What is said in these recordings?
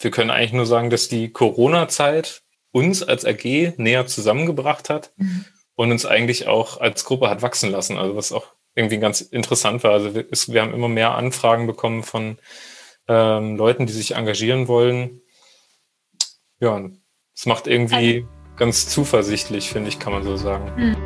wir können eigentlich nur sagen, dass die Corona-Zeit uns als AG näher zusammengebracht hat und uns eigentlich auch als Gruppe hat wachsen lassen. Also was auch irgendwie ganz interessant war. Also wir haben immer mehr Anfragen bekommen von Leuten, die sich engagieren wollen. Ja, es macht irgendwie ganz zuversichtlich, finde ich, kann man so sagen.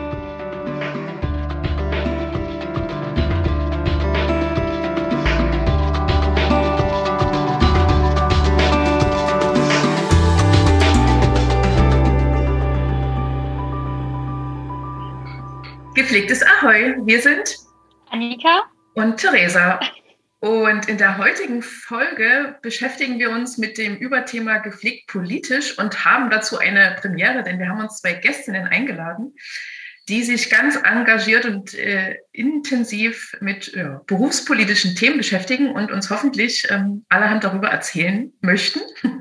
Gepflegtes Ahoi, wir sind Annika und Theresa. Und in der heutigen Folge beschäftigen wir uns mit dem Überthema gepflegt politisch und haben dazu eine Premiere, denn wir haben uns 2 Gästinnen eingeladen, die sich ganz engagiert und intensiv mit berufspolitischen Themen beschäftigen und uns hoffentlich allerhand darüber erzählen möchten.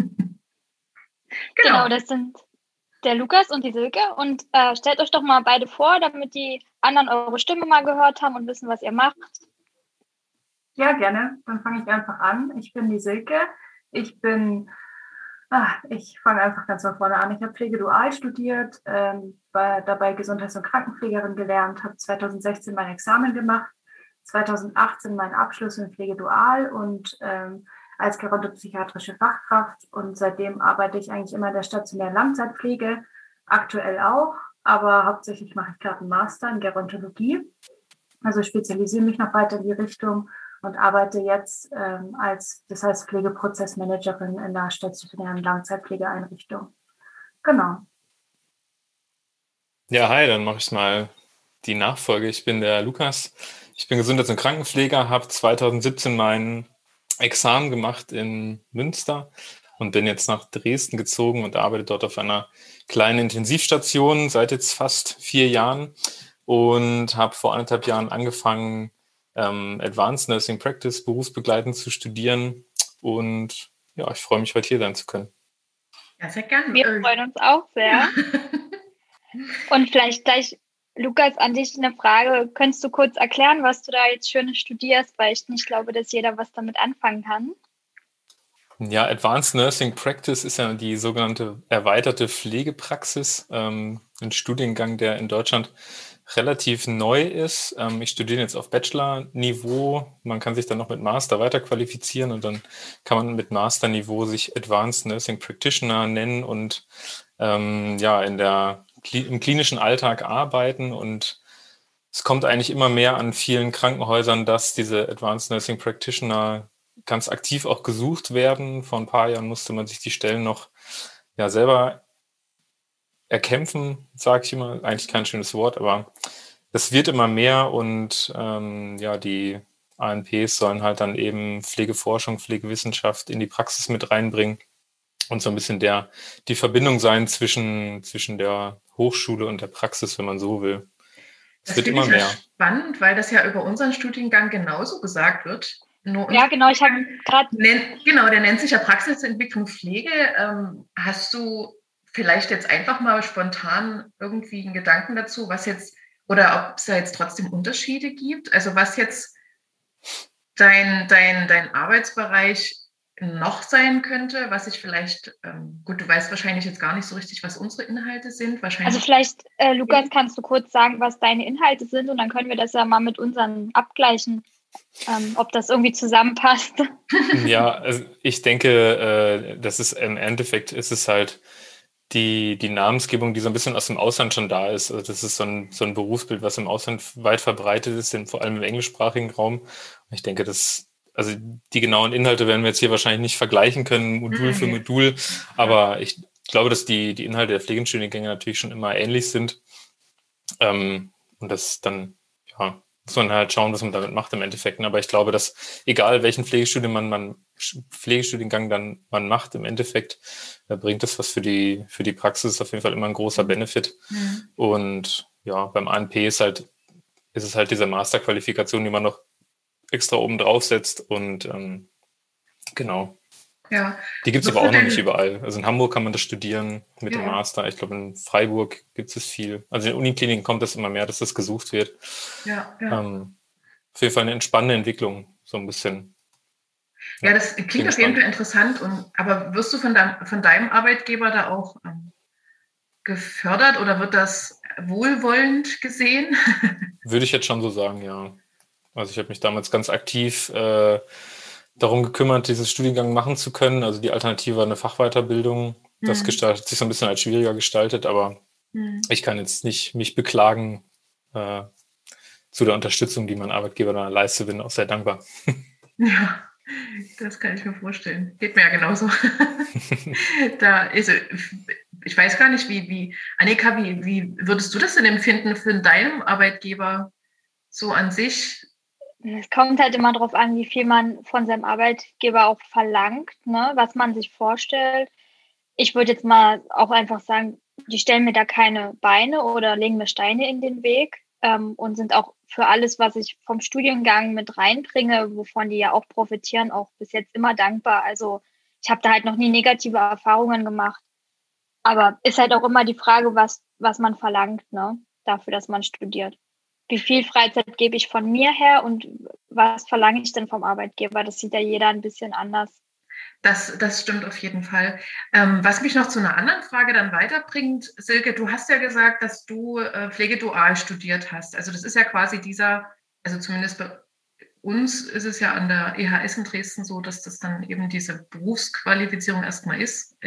Genau, das sind der Lukas und die Silke. Und stellt euch doch mal beide vor, damit die anderen eure Stimme mal gehört haben und wissen, was ihr macht. Ja, gerne. Dann fange ich einfach an. Ich bin die Silke. Ich fange einfach ganz von vorne an. Ich habe Pflegedual studiert, war dabei Gesundheits- und Krankenpflegerin gelernt, habe 2016 mein Examen gemacht, 2018 meinen Abschluss in Pflegedual und als gerontopsychiatrische Fachkraft. Und seitdem arbeite ich eigentlich immer in der stationären Langzeitpflege, aktuell auch, aber hauptsächlich mache ich gerade einen Master in Gerontologie. Also spezialisiere mich noch weiter in die Richtung und arbeite jetzt als Pflegeprozessmanagerin in der stationären Langzeitpflegeeinrichtung. Genau. Ja, hi, dann mache ich mal die Nachfolge. Ich bin der Lukas. Ich bin Gesundheits- und Krankenpfleger, habe 2017 mein Examen gemacht in Münster und bin jetzt nach Dresden gezogen und arbeite dort auf einer kleinen Intensivstation seit jetzt fast 4 Jahren und habe vor 1,5 Jahren angefangen, Advanced Nursing Practice berufsbegleitend zu studieren. Und ja, ich freue mich, heute hier sein zu können. Ja, sehr gerne. Wir freuen uns auch sehr. Ja. Und vielleicht gleich, Lukas, an dich eine Frage. Könntest du kurz erklären, was du da jetzt Schönes studierst? Weil ich nicht glaube, dass jeder was damit anfangen kann. Ja, Advanced Nursing Practice ist ja die sogenannte erweiterte Pflegepraxis, ein Studiengang, der in Deutschland relativ neu ist. Ich studiere jetzt auf Bachelor-Niveau. Man kann sich dann noch mit Master weiterqualifizieren und dann kann man mit Master-Niveau sich Advanced Nursing Practitioner nennen und im klinischen Alltag arbeiten. Und es kommt eigentlich immer mehr an vielen Krankenhäusern, dass diese Advanced Nursing Practitioner ganz aktiv auch gesucht werden. Vor ein paar Jahren musste man sich die Stellen noch selber erkämpfen, sage ich immer. Eigentlich kein schönes Wort, aber es wird immer mehr und die ANPs sollen halt dann eben Pflegeforschung, Pflegewissenschaft in die Praxis mit reinbringen und so ein bisschen die Verbindung sein zwischen der Hochschule und der Praxis, wenn man so will. Es wird immer mehr. Spannend, weil das ja über unseren Studiengang genauso gesagt wird. Ja, genau, ich habe gerade... der nennt sich ja Praxisentwicklung Pflege. Hast du vielleicht jetzt einfach mal spontan irgendwie einen Gedanken dazu, was jetzt, oder ob es da jetzt trotzdem Unterschiede gibt? Also was jetzt dein Arbeitsbereich noch sein könnte, was ich vielleicht, du weißt wahrscheinlich jetzt gar nicht so richtig, was unsere Inhalte sind. Also vielleicht, Lukas, kannst du kurz sagen, was deine Inhalte sind und dann können wir das ja mal mit unseren abgleichen. Ob das irgendwie zusammenpasst. Ja, also ich denke, das ist im Endeffekt ist es halt die Namensgebung, die so ein bisschen aus dem Ausland schon da ist. Also das ist so ein Berufsbild, was im Ausland weit verbreitet ist, vor allem im englischsprachigen Raum. Ich denke, also die genauen Inhalte werden wir jetzt hier wahrscheinlich nicht vergleichen können, Modul für Modul, aber ich glaube, dass die Inhalte der Pflegestudiengänge natürlich schon immer ähnlich sind. Und das dann, muss man halt schauen, was man damit macht im Endeffekt. Aber ich glaube, dass egal welchen Pflegestudiengang dann man macht, im Endeffekt bringt das was für die Praxis, auf jeden Fall immer ein großer Benefit. Mhm. Und ja, beim ANP ist es halt diese Masterqualifikation, die man noch extra oben drauf setzt. Und genau. Ja. Die gibt es aber auch noch nicht überall. Also in Hamburg kann man das studieren mit dem Master. Ich glaube, in Freiburg gibt es viel. Also in Unikliniken kommt das immer mehr, dass das gesucht wird. Ja. Auf jeden Fall eine entspannende Entwicklung, so ein bisschen. Ja, das klingt auf jeden Fall interessant. Aber wirst du von deinem Arbeitgeber da auch gefördert oder wird das wohlwollend gesehen? Würde ich jetzt schon so sagen, ja. Also ich habe mich damals ganz aktiv darum gekümmert, diesen Studiengang machen zu können. Also die Alternative war eine Fachweiterbildung. Das gestaltet sich so ein bisschen als schwieriger gestaltet, aber ich kann jetzt nicht mich beklagen zu der Unterstützung, die mein Arbeitgeber da leistet, bin auch sehr dankbar. Ja, das kann ich mir vorstellen. Geht mir ja genauso. Ich weiß gar nicht, Annika, wie würdest du das denn empfinden für deinen Arbeitgeber so an sich? Es kommt halt immer darauf an, wie viel man von seinem Arbeitgeber auch verlangt, ne, was man sich vorstellt. Ich würde jetzt mal auch einfach sagen, die stellen mir da keine Beine oder legen mir Steine in den Weg und sind auch für alles, was ich vom Studiengang mit reinbringe, wovon die ja auch profitieren, auch bis jetzt immer dankbar. Also ich habe da halt noch nie negative Erfahrungen gemacht. Aber ist halt auch immer die Frage, was man verlangt, ne, dafür, dass man studiert. Wie viel Freizeit gebe ich von mir her und was verlange ich denn vom Arbeitgeber? Das sieht ja jeder ein bisschen anders. Das stimmt auf jeden Fall. Was mich noch zu einer anderen Frage dann weiterbringt, Silke, du hast ja gesagt, dass du Pflegedual studiert hast. Also das ist ja quasi also zumindest bei uns ist es ja an der EHS in Dresden so, dass das dann eben diese Berufsqualifizierung erstmal ist,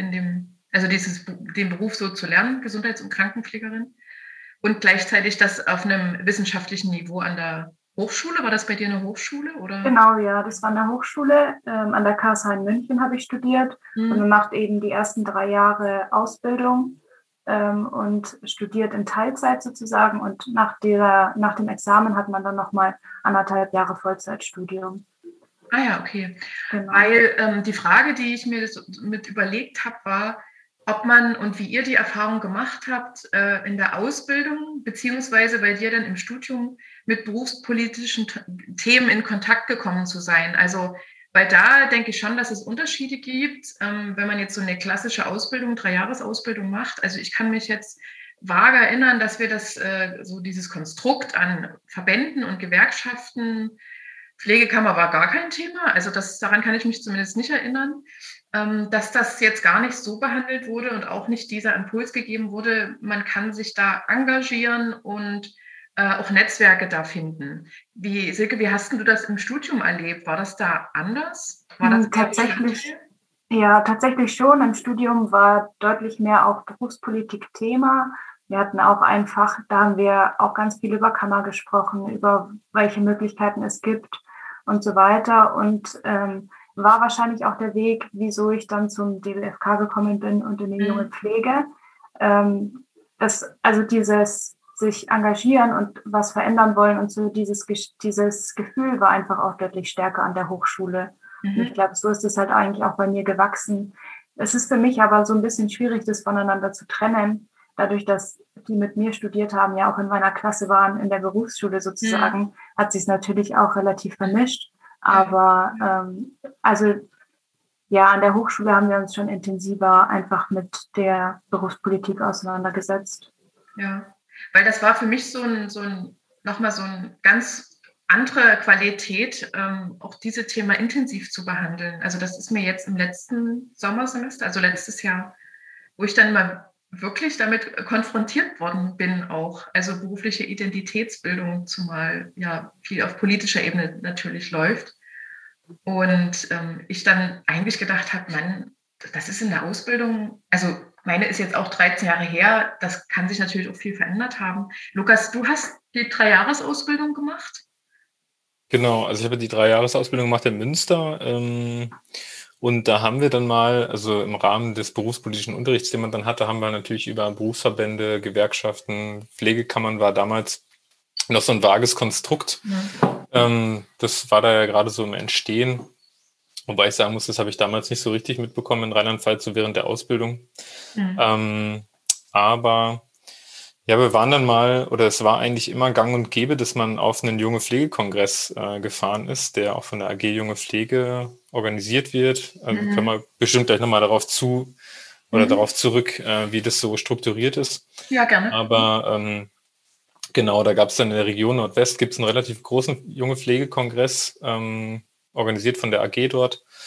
den Beruf so zu lernen, Gesundheits- und Krankenpflegerin. Und gleichzeitig das auf einem wissenschaftlichen Niveau an der Hochschule. War das bei dir eine Hochschule? Oder? Genau, ja, das war eine Hochschule. An der KSH in München habe ich studiert. Und man macht eben die ersten 3 Jahre Ausbildung und studiert in Teilzeit sozusagen. Und nach dem Examen hat man dann nochmal 1,5 Jahre Vollzeitstudium. Ah ja, okay. Genau. Weil die Frage, die ich mir mit überlegt habe, war, ob man und wie ihr die Erfahrung gemacht habt in der Ausbildung, beziehungsweise bei dir dann im Studium mit berufspolitischen Themen in Kontakt gekommen zu sein. Also, weil da denke ich schon, dass es Unterschiede gibt, wenn man jetzt so eine klassische Ausbildung, 3-Jahres-Ausbildung macht. Also ich kann mich jetzt vage erinnern, dass wir so dieses Konstrukt an Verbänden und Gewerkschaften, Pflegekammer war gar kein Thema, also daran kann ich mich zumindest nicht erinnern, dass das jetzt gar nicht so behandelt wurde und auch nicht dieser Impuls gegeben wurde, man kann sich da engagieren und auch Netzwerke da finden. Silke, wie hast du das im Studium erlebt? War das da anders? War das tatsächlich? Ja, tatsächlich schon. Im Studium war deutlich mehr auch Berufspolitik Thema. Wir hatten auch ein Fach, da haben wir auch ganz viel über Kammer gesprochen, über welche Möglichkeiten es gibt und so weiter. Und war wahrscheinlich auch der Weg, wieso ich dann zum DLFK gekommen bin und in die junge Pflege. Also dieses sich engagieren und was verändern wollen und so dieses Gefühl war einfach auch deutlich stärker an der Hochschule. Und ich glaube, so ist es halt eigentlich auch bei mir gewachsen. Es ist für mich aber so ein bisschen schwierig, das voneinander zu trennen, dadurch, dass die mit mir studiert haben, ja auch in meiner Klasse waren, in der Berufsschule sozusagen, hat sich es natürlich auch relativ vermischt. Aber also ja, an der Hochschule haben wir uns schon intensiver einfach mit der Berufspolitik auseinandergesetzt. Ja, weil das war für mich nochmal so ein ganz andere Qualität, auch diese Thema intensiv zu behandeln. Also das ist mir jetzt im letzten Sommersemester, also letztes Jahr, wo ich dann mal wirklich damit konfrontiert worden bin auch. Also berufliche Identitätsbildung, zumal ja viel auf politischer Ebene natürlich läuft. Und ich dann eigentlich gedacht habe, Mann, das ist in der Ausbildung, also meine ist jetzt auch 13 Jahre her, das kann sich natürlich auch viel verändert haben. Lukas, du hast die 3-Jahres-Ausbildung gemacht? Genau, also ich habe die 3-Jahres-Ausbildung gemacht in Münster und da haben wir dann mal, also im Rahmen des berufspolitischen Unterrichts, den man dann hatte, haben wir natürlich über Berufsverbände, Gewerkschaften, Pflegekammern war damals noch so ein vages Konstrukt. Das war da ja gerade so im Entstehen. Wobei ich sagen muss, das habe ich damals nicht so richtig mitbekommen in Rheinland-Pfalz, so während der Ausbildung. Aber ja, wir waren dann mal, oder es war eigentlich immer gang und gäbe, dass man auf einen Junge Pflege-Kongress gefahren ist, der auch von der AG Junge Pflege organisiert wird. Also können wir bestimmt gleich nochmal darauf zurück, wie das so strukturiert ist. Ja, gerne. Aber genau, da gab es dann in der Region Nordwest, gibt es einen relativ großen Junge Pflege-Kongress, organisiert von der AG dort.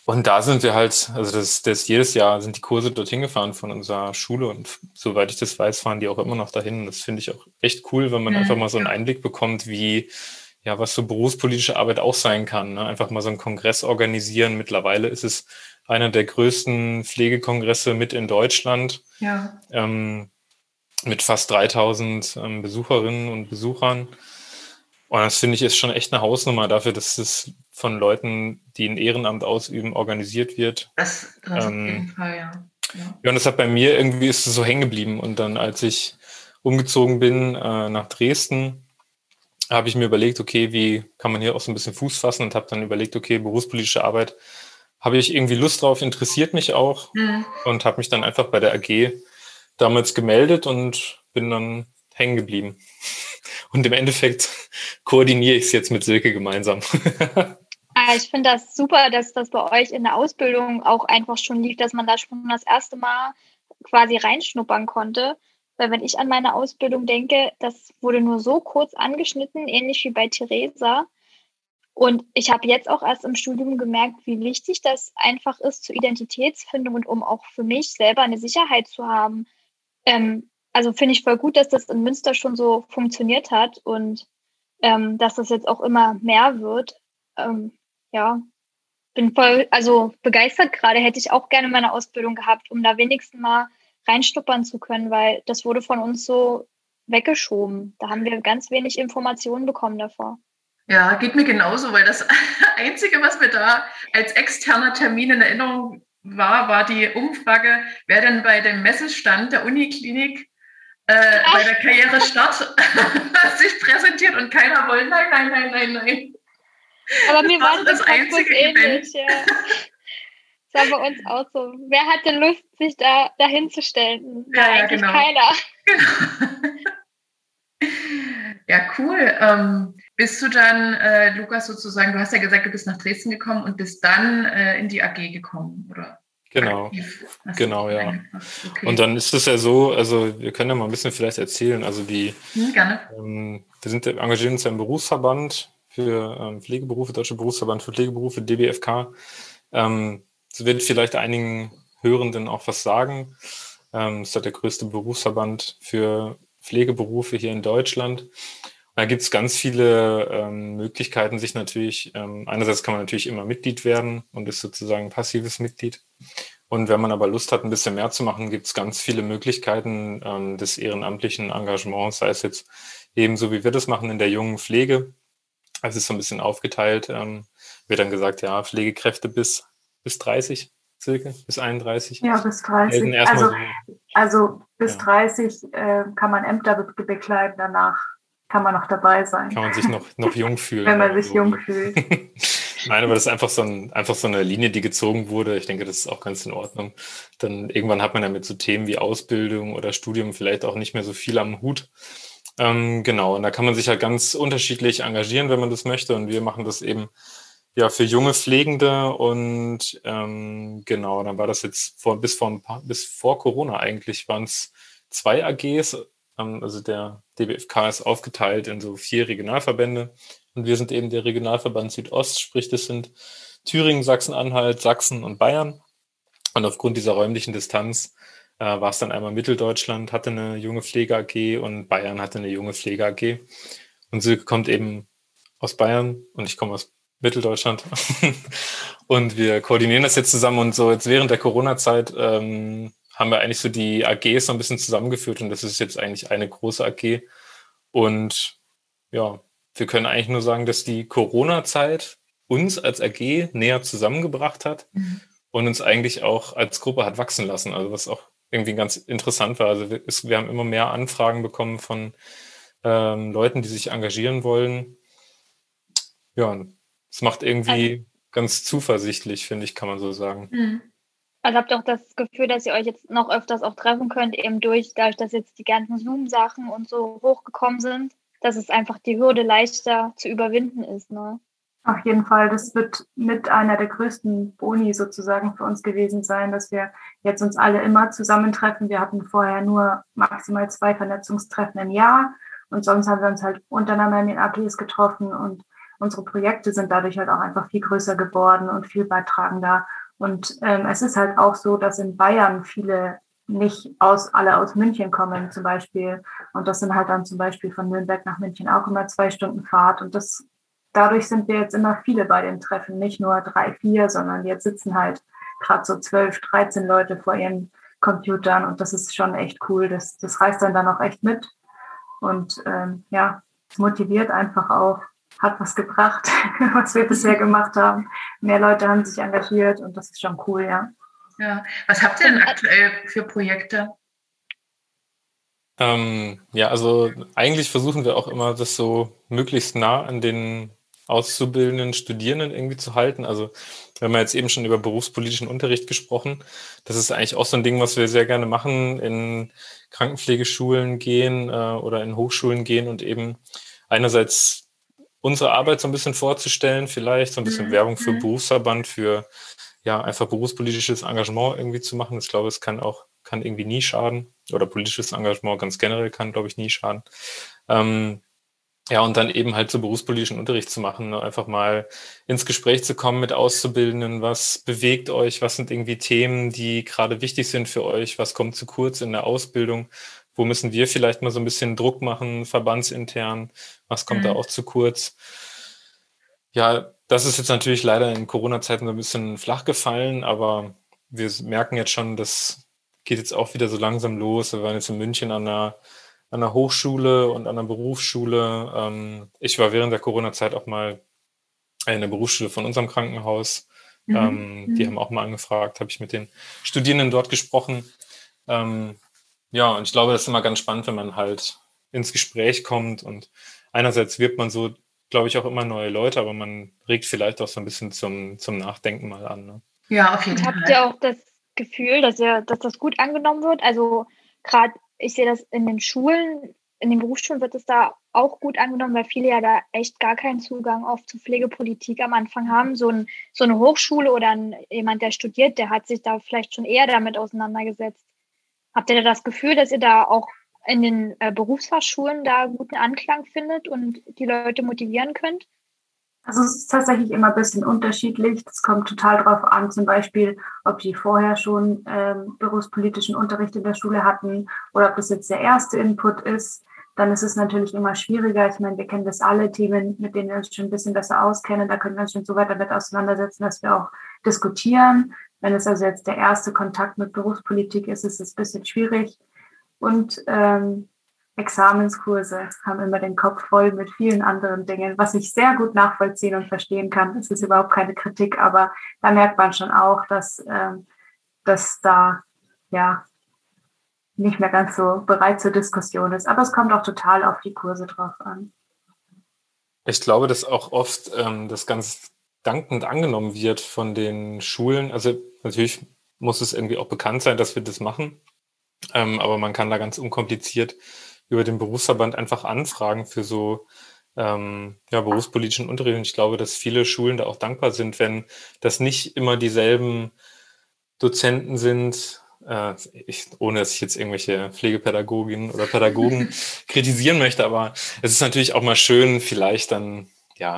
Und da sind wir halt, also das jedes Jahr sind die Kurse dorthin gefahren von unserer Schule und soweit ich das weiß, fahren die auch immer noch dahin. Das finde ich auch echt cool, wenn man einfach mal so einen Einblick bekommt, was so berufspolitische Arbeit auch sein kann. Ne? Einfach mal so einen Kongress organisieren. Mittlerweile ist es einer der größten Pflegekongresse mit in Deutschland. Ja. Mit fast 3000 Besucherinnen und Besuchern. Und das finde ich ist schon echt eine Hausnummer dafür, dass es von Leuten, die ein Ehrenamt ausüben, organisiert wird. Das auf jeden Fall, ja. Ja, und das hat bei mir irgendwie ist es so hängen geblieben. Und dann, als ich umgezogen bin nach Dresden, habe ich mir überlegt, okay, wie kann man hier auch so ein bisschen Fuß fassen und habe dann überlegt, okay, berufspolitische Arbeit, habe ich irgendwie Lust drauf, interessiert mich auch und habe mich dann einfach bei der AG damals gemeldet und bin dann hängen geblieben. Und im Endeffekt koordiniere ich es jetzt mit Silke gemeinsam. Ich finde das super, dass das bei euch in der Ausbildung auch einfach schon lief, dass man da schon das erste Mal quasi reinschnuppern konnte. Weil wenn ich an meine Ausbildung denke, das wurde nur so kurz angeschnitten, ähnlich wie bei Theresa. Und ich habe jetzt auch erst im Studium gemerkt, wie wichtig das einfach ist zur Identitätsfindung und um auch für mich selber eine Sicherheit zu haben. Also finde ich voll gut, dass das in Münster schon so funktioniert hat und dass das jetzt auch immer mehr wird. Bin voll begeistert gerade. Hätte ich auch gerne meine Ausbildung gehabt, um da wenigstens mal reinstuppern zu können, weil das wurde von uns so weggeschoben. Da haben wir ganz wenig Informationen bekommen davor. Ja, geht mir genauso, weil das Einzige, was mir da als externer Termin in Erinnerung war die Umfrage, wer denn bei dem Messestand der Uniklinik bei der Karrierestart sich präsentiert und keiner wollte, nein. Aber mir war das einzige ähnlich. Ja. Das war bei uns auch so. Wer hat denn Lust, sich da hinzustellen? Eigentlich genau. Keiner. Genau. Ja, cool. Bist du dann, Lukas, sozusagen, du hast ja gesagt, du bist nach Dresden gekommen und bist dann in die AG gekommen, oder? Genau, ja. Okay. Und dann ist es ja so, also wir können ja mal ein bisschen vielleicht erzählen, also gerne. Wir engagieren uns ja im Berufsverband für Pflegeberufe, Deutsche Berufsverband für Pflegeberufe, DBFK. Es wird vielleicht einigen Hörenden auch was sagen. Das ist ja der größte Berufsverband für Pflegeberufe hier in Deutschland. Und da gibt es ganz viele Möglichkeiten, sich natürlich, einerseits kann man natürlich immer Mitglied werden und ist sozusagen ein passives Mitglied. Und wenn man aber Lust hat, ein bisschen mehr zu machen, gibt es ganz viele Möglichkeiten des ehrenamtlichen Engagements, sei es jetzt ebenso, wie wir das machen in der jungen Pflege. Also es ist so ein bisschen aufgeteilt, wird dann gesagt, ja, Pflegekräfte bis 30, Silke, bis 31. Ja, bis 30. Also bis 30 kann man Ämter bekleiden, danach kann man noch dabei sein. Kann man sich noch jung fühlen. Wenn man sich jung fühlt. Nein, aber das ist einfach so eine Linie, die gezogen wurde. Ich denke, das ist auch ganz in Ordnung. Dann irgendwann hat man ja mit so Themen wie Ausbildung oder Studium vielleicht auch nicht mehr so viel am Hut. Genau, und da kann man sich halt ganz unterschiedlich engagieren, wenn man das möchte. Und wir machen das eben ja für junge Pflegende. Und genau, dann war das jetzt bis vor Corona eigentlich waren es 2 AGs. Also der DBFK ist aufgeteilt in so 4 Regionalverbände. Und wir sind eben der Regionalverband Südost, sprich das sind Thüringen, Sachsen-Anhalt, Sachsen und Bayern. Und aufgrund dieser räumlichen Distanz war es dann einmal Mitteldeutschland hatte eine junge Pflege-AG und Bayern hatte eine junge Pflege-AG. Und Silke kommt eben aus Bayern und ich komme aus Mitteldeutschland. Und wir koordinieren das jetzt zusammen. Und so jetzt während der Corona-Zeit haben wir eigentlich so die AGs so ein bisschen zusammengeführt. Und das ist jetzt eigentlich eine große AG. Und ja, wir können eigentlich nur sagen, dass die Corona-Zeit uns als AG näher zusammengebracht hat und uns eigentlich auch als Gruppe hat wachsen lassen. Also was auch irgendwie ganz interessant war. Also wir haben immer mehr Anfragen bekommen von Leuten, die sich engagieren wollen. Ja, und es macht irgendwie ganz zuversichtlich, finde ich, kann man so sagen. Also habt ihr auch das Gefühl, dass ihr euch jetzt noch öfters auch treffen könnt, eben dadurch, dass jetzt die ganzen Zoom-Sachen und so hochgekommen sind, dass es einfach die Hürde leichter zu überwinden ist, ne? Auf jeden Fall, das wird mit einer der größten Boni sozusagen für uns gewesen sein, dass wir jetzt uns alle immer zusammentreffen. Wir hatten vorher nur maximal 2 Vernetzungstreffen im Jahr und sonst haben wir uns halt untereinander in den AGs getroffen und unsere Projekte sind dadurch halt auch einfach viel größer geworden und viel beitragender. Und es ist halt auch so, dass in Bayern viele nicht alle aus München kommen zum Beispiel. Und das sind halt dann zum Beispiel von Nürnberg nach München auch immer 2 Stunden Fahrt. Und dadurch sind wir jetzt immer viele bei den Treffen, nicht nur 3, 4, sondern jetzt sitzen halt gerade so 12, 13 Leute vor ihren Computern. Und das ist schon echt cool. Das reißt dann auch echt mit. Und es motiviert einfach auch, hat was gebracht, was wir bisher gemacht haben. Mehr Leute haben sich engagiert und das ist schon cool, ja. Ja. Was habt ihr denn aktuell für Projekte? Also eigentlich versuchen wir auch immer, das so möglichst nah an den auszubildenden Studierenden irgendwie zu halten. Also wir haben ja jetzt eben schon über berufspolitischen Unterricht gesprochen. Das ist eigentlich auch so ein Ding, was wir sehr gerne machen, in Krankenpflegeschulen gehen oder in Hochschulen gehen und eben einerseits unsere Arbeit so ein bisschen vorzustellen, vielleicht so ein bisschen Werbung für Berufsverband, für einfach berufspolitisches Engagement irgendwie zu machen. Ich glaube, es kann irgendwie nie schaden. Oder politisches Engagement ganz generell kann, glaube ich, nie schaden. Und dann eben halt so berufspolitischen Unterricht zu machen, ne? Einfach mal ins Gespräch zu kommen mit Auszubildenden. Was bewegt euch? Was sind irgendwie Themen, die gerade wichtig sind für euch? Was kommt zu kurz in der Ausbildung? Wo müssen wir vielleicht mal so ein bisschen Druck machen, verbandsintern? Was kommt da auch zu kurz? Ja, das ist jetzt natürlich leider in Corona-Zeiten so ein bisschen flach gefallen, aber wir merken jetzt schon, das geht jetzt auch wieder so langsam los. Wir waren jetzt in München an einer Hochschule und an einer Berufsschule. Ich war während der Corona-Zeit auch mal in der Berufsschule von unserem Krankenhaus. Die haben auch mal angefragt, habe ich mit den Studierenden dort gesprochen. Und ich glaube, das ist immer ganz spannend, wenn man halt ins Gespräch kommt und einerseits wirbt man so, glaube ich, auch immer neue Leute, aber man regt vielleicht auch so ein bisschen zum Nachdenken mal an. Ne? Ja, auf jeden Und Fall. habt ihr auch das Gefühl, dass das gut angenommen wird? Also gerade, ich sehe das in den Schulen, in den Berufsschulen wird es da auch gut angenommen, weil viele ja da echt gar keinen Zugang oft zu Pflegepolitik am Anfang haben. So eine Hochschule oder jemand, der studiert, der hat sich da vielleicht schon eher damit auseinandergesetzt. Habt ihr da das Gefühl, dass ihr da auch in den Berufsfachschulen da guten Anklang findet und die Leute motivieren könnt? Also es ist tatsächlich immer ein bisschen unterschiedlich. Das kommt total drauf an, zum Beispiel, ob die vorher schon berufspolitischen Unterricht in der Schule hatten oder ob das jetzt der erste Input ist. Dann ist es natürlich immer schwieriger. Ich meine, wir kennen das alle, Themen, mit denen wir uns schon ein bisschen besser auskennen. Da können wir uns schon so weit damit auseinandersetzen, dass wir auch diskutieren. Wenn es also jetzt der erste Kontakt mit Berufspolitik ist, ist es ein bisschen schwierig. Und Examenskurse haben immer den Kopf voll mit vielen anderen Dingen, was ich sehr gut nachvollziehen und verstehen kann. Das ist überhaupt keine Kritik, aber da merkt man schon auch, dass da nicht mehr ganz so bereit zur Diskussion ist. Aber es kommt auch total auf die Kurse drauf an. Ich glaube, dass auch oft das ganz dankend angenommen wird von den Schulen. Also natürlich muss es irgendwie auch bekannt sein, dass wir das machen. Aber man kann da ganz unkompliziert über den Berufsverband einfach anfragen für so berufspolitischen Unterricht. Und ich glaube, dass viele Schulen da auch dankbar sind, wenn das nicht immer dieselben Dozenten sind, ohne dass ich jetzt irgendwelche Pflegepädagoginnen oder Pädagogen kritisieren möchte, aber es ist natürlich auch mal schön, vielleicht dann,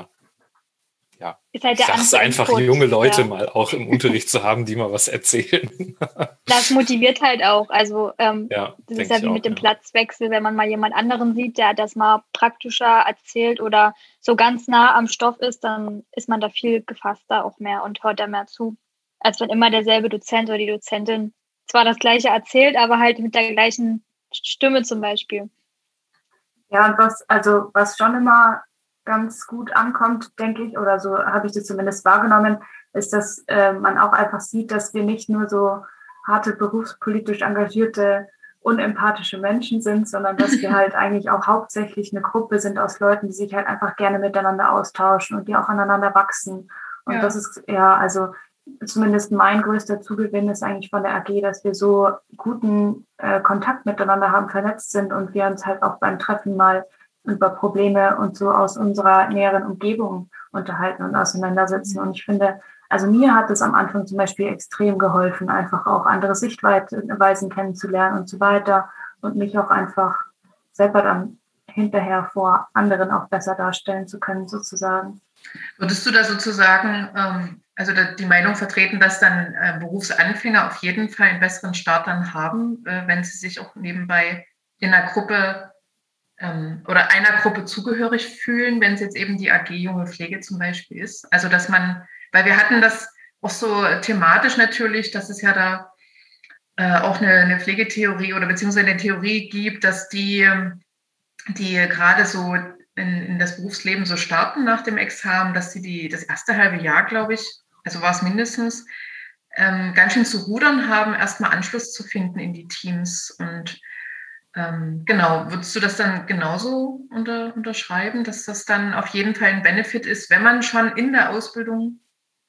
ist halt ich sag's einfach, Input, junge Leute mal auch im Unterricht zu haben, die mal was erzählen. Das motiviert halt auch. Also das ist ja wie auch, mit dem Platzwechsel, wenn man mal jemand anderen sieht, der das mal praktischer erzählt oder so ganz nah am Stoff ist, dann ist man da viel gefasster auch mehr und hört da mehr zu, als wenn immer derselbe Dozent oder die Dozentin zwar das Gleiche erzählt, aber halt mit der gleichen Stimme zum Beispiel. Ja, und was schon immer ganz gut ankommt, denke ich, oder so habe ich das zumindest wahrgenommen, ist, dass man auch einfach sieht, dass wir nicht nur so harte, berufspolitisch engagierte, unempathische Menschen sind, sondern dass wir halt eigentlich auch hauptsächlich eine Gruppe sind aus Leuten, die sich halt einfach gerne miteinander austauschen und die auch aneinander wachsen. Und das ist, also zumindest mein größter Zugewinn ist eigentlich von der AG, dass wir so guten Kontakt miteinander haben, vernetzt sind und wir uns halt auch beim Treffen mal über Probleme und so aus unserer näheren Umgebung unterhalten und auseinandersetzen. Und ich finde, also mir hat es am Anfang zum Beispiel extrem geholfen, einfach auch andere Sichtweisen kennenzulernen und so weiter und mich auch einfach selber dann hinterher vor anderen auch besser darstellen zu können, sozusagen. Würdest du da sozusagen also die Meinung vertreten, dass dann Berufsanfänger auf jeden Fall einen besseren Start dann haben, wenn sie sich auch nebenbei in einer Gruppe oder einer Gruppe zugehörig fühlen, wenn es jetzt eben die AG Junge Pflege zum Beispiel ist? Also dass man, weil wir hatten das auch so thematisch natürlich, dass es ja da auch eine Pflegetheorie oder beziehungsweise eine Theorie gibt, dass die gerade so in das Berufsleben so starten nach dem Examen, dass sie das erste halbe Jahr, glaube ich, also war es mindestens, ganz schön zu rudern haben, erstmal Anschluss zu finden in die Teams. Und genau, würdest du das dann genauso unterschreiben, dass das dann auf jeden Fall ein Benefit ist, wenn man schon in der Ausbildung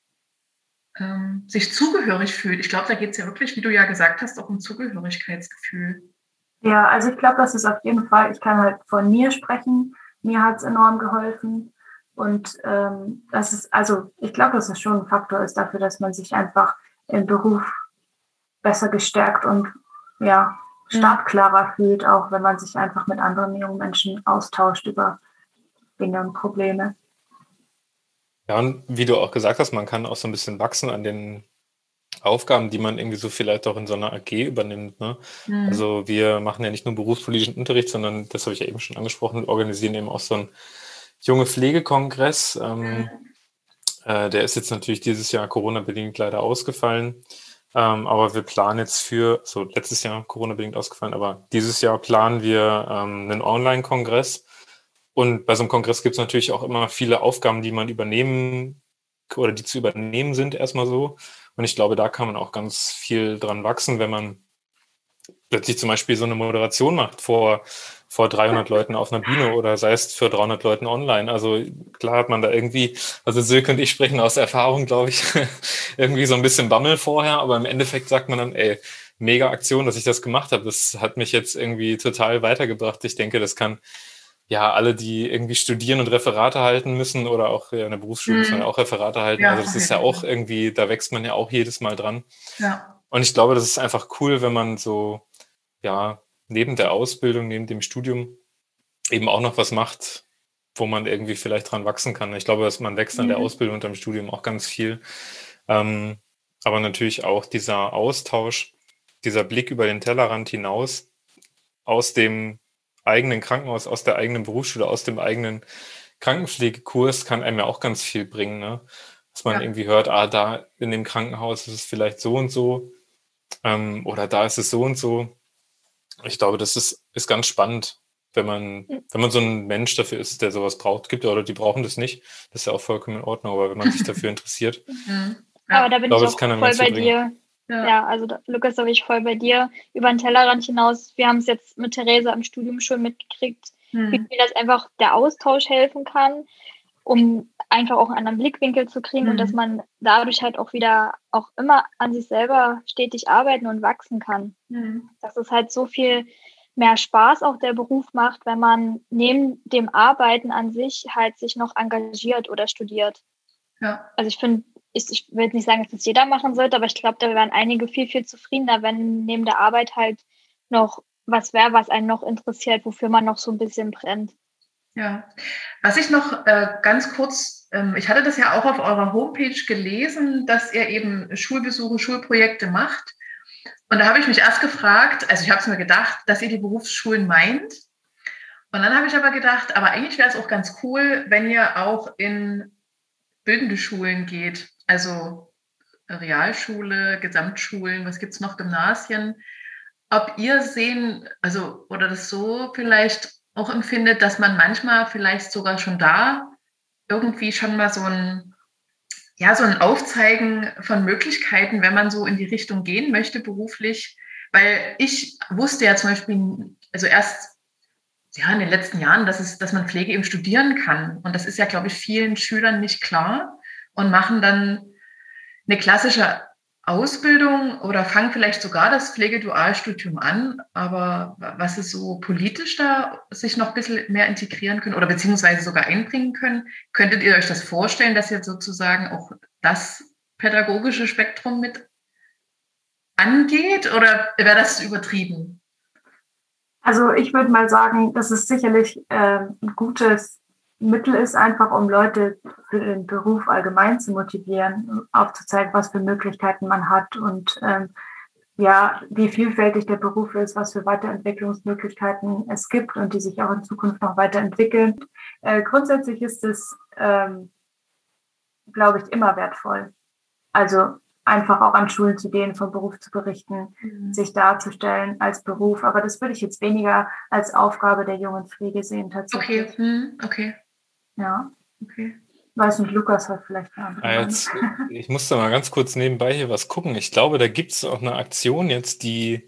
sich zugehörig fühlt? Ich glaube, da geht es ja wirklich, wie du ja gesagt hast, auch um Zugehörigkeitsgefühl. Ja, also ich glaube, das ist auf jeden Fall, ich kann halt von mir sprechen, mir hat es enorm geholfen und das ist, also ich glaube, dass es schon ein Faktor ist dafür, dass man sich einfach im Beruf besser gestärkt und ja, startklarer fühlt, auch wenn man sich einfach mit anderen jungen Menschen austauscht über Dinge und Probleme. Ja, und wie du auch gesagt hast, man kann auch so ein bisschen wachsen an den Aufgaben, die man irgendwie so vielleicht auch in so einer AG übernimmt. Ne? Also wir machen ja nicht nur berufspolitischen Unterricht, sondern, das habe ich ja eben schon angesprochen, organisieren eben auch so einen junge Pflegekongress. Der ist jetzt natürlich dieses Jahr Corona-bedingt leider ausgefallen. Aber wir planen jetzt so letztes Jahr Corona-bedingt ausgefallen, aber dieses Jahr planen wir einen Online-Kongress. Und bei so einem Kongress gibt es natürlich auch immer viele Aufgaben, die man übernehmen oder die zu übernehmen sind, erstmal so. Und ich glaube, da kann man auch ganz viel dran wachsen, wenn man plötzlich zum Beispiel so eine Moderation macht vor 300 Leuten auf einer Bühne oder sei es für 300 Leuten online. Also klar hat man da irgendwie, also Silke und ich sprechen aus Erfahrung, glaube ich, irgendwie so ein bisschen Bammel vorher, aber im Endeffekt sagt man dann, ey, mega Aktion, dass ich das gemacht habe. Das hat mich jetzt irgendwie total weitergebracht. Ich denke, das kann ja alle, die irgendwie studieren und Referate halten müssen oder auch in der Berufsschule müssen wir ja auch Referate halten. Ja, also das ist ja auch irgendwie, da wächst man ja auch jedes Mal dran. Ja. Und ich glaube, das ist einfach cool, wenn man so, ja, neben der Ausbildung, neben dem Studium eben auch noch was macht, wo man irgendwie vielleicht dran wachsen kann. Ich glaube, dass man wächst an der Ausbildung und am Studium auch ganz viel. Aber natürlich auch dieser Austausch, dieser Blick über den Tellerrand hinaus, aus dem eigenen Krankenhaus, aus der eigenen Berufsschule, aus dem eigenen Krankenpflegekurs kann einem ja auch ganz viel bringen, ne? Dass man irgendwie hört, da in dem Krankenhaus ist es vielleicht so und so, oder da ist es so und so. Ich glaube, das ist ganz spannend, wenn man so ein Mensch dafür ist, der sowas braucht. Gibt ja Leute, die brauchen das nicht. Das ist ja auch vollkommen in Ordnung, aber wenn man sich dafür interessiert. Aber da bin ich auch voll bei dir. Ja, also Lukas, da bin ich voll bei dir. Über den Tellerrand hinaus, wir haben es jetzt mit Theresa im Studium schon mitgekriegt, wie mir das einfach der Austausch helfen kann, um einfach auch einen anderen Blickwinkel zu kriegen und dass man dadurch halt auch wieder auch immer an sich selber stetig arbeiten und wachsen kann. Dass es halt so viel mehr Spaß auch der Beruf macht, wenn man neben dem Arbeiten an sich halt sich noch engagiert oder studiert. Ja. Also ich finde, ich will jetzt nicht sagen, dass das jeder machen sollte, aber ich glaube, da wären einige viel, viel zufriedener, wenn neben der Arbeit halt noch was wäre, was einen noch interessiert, wofür man noch so ein bisschen brennt. Ja, was ich noch ganz kurz, ich hatte das ja auch auf eurer Homepage gelesen, dass ihr eben Schulbesuche, Schulprojekte macht. Und da habe ich mich erst gefragt, also ich habe es mir gedacht, dass ihr die Berufsschulen meint. Und dann habe ich aber gedacht, aber eigentlich wäre es auch ganz cool, wenn ihr auch in bildende Schulen geht, also Realschule, Gesamtschulen, was gibt es noch, Gymnasien, ob ihr sehen, also oder das so vielleicht auch empfindet, dass man manchmal vielleicht sogar schon da irgendwie schon mal so ein Aufzeigen von Möglichkeiten, wenn man so in die Richtung gehen möchte beruflich, weil ich wusste ja zum Beispiel, also erst in den letzten Jahren, dass man Pflege eben studieren kann. Und das ist ja, glaube ich, vielen Schülern nicht klar und machen dann eine klassische Ausbildung oder fangen vielleicht sogar das Pflegedualstudium an. Aber was ist so politisch da sich noch ein bisschen mehr integrieren können oder beziehungsweise sogar einbringen können? Könntet ihr euch das vorstellen, dass ihr sozusagen auch das pädagogische Spektrum mit angeht oder wäre das übertrieben? Also ich würde mal sagen, das ist sicherlich ein gutes Mittel ist, einfach um Leute für den Beruf allgemein zu motivieren, aufzuzeigen, was für Möglichkeiten man hat und wie vielfältig der Beruf ist, was für Weiterentwicklungsmöglichkeiten es gibt und die sich auch in Zukunft noch weiterentwickeln. Grundsätzlich ist es, glaube ich, immer wertvoll. Also einfach auch an Schulen zu gehen, vom Beruf zu berichten, sich darzustellen als Beruf. Aber das würde ich jetzt weniger als Aufgabe der jungen Pflege sehen tatsächlich. Okay. Ja. Okay. Weiß nicht, Lukas hat vielleicht eine andere Meinung. Ich musste mal ganz kurz nebenbei hier was gucken. Ich glaube, da gibt es auch eine Aktion jetzt, die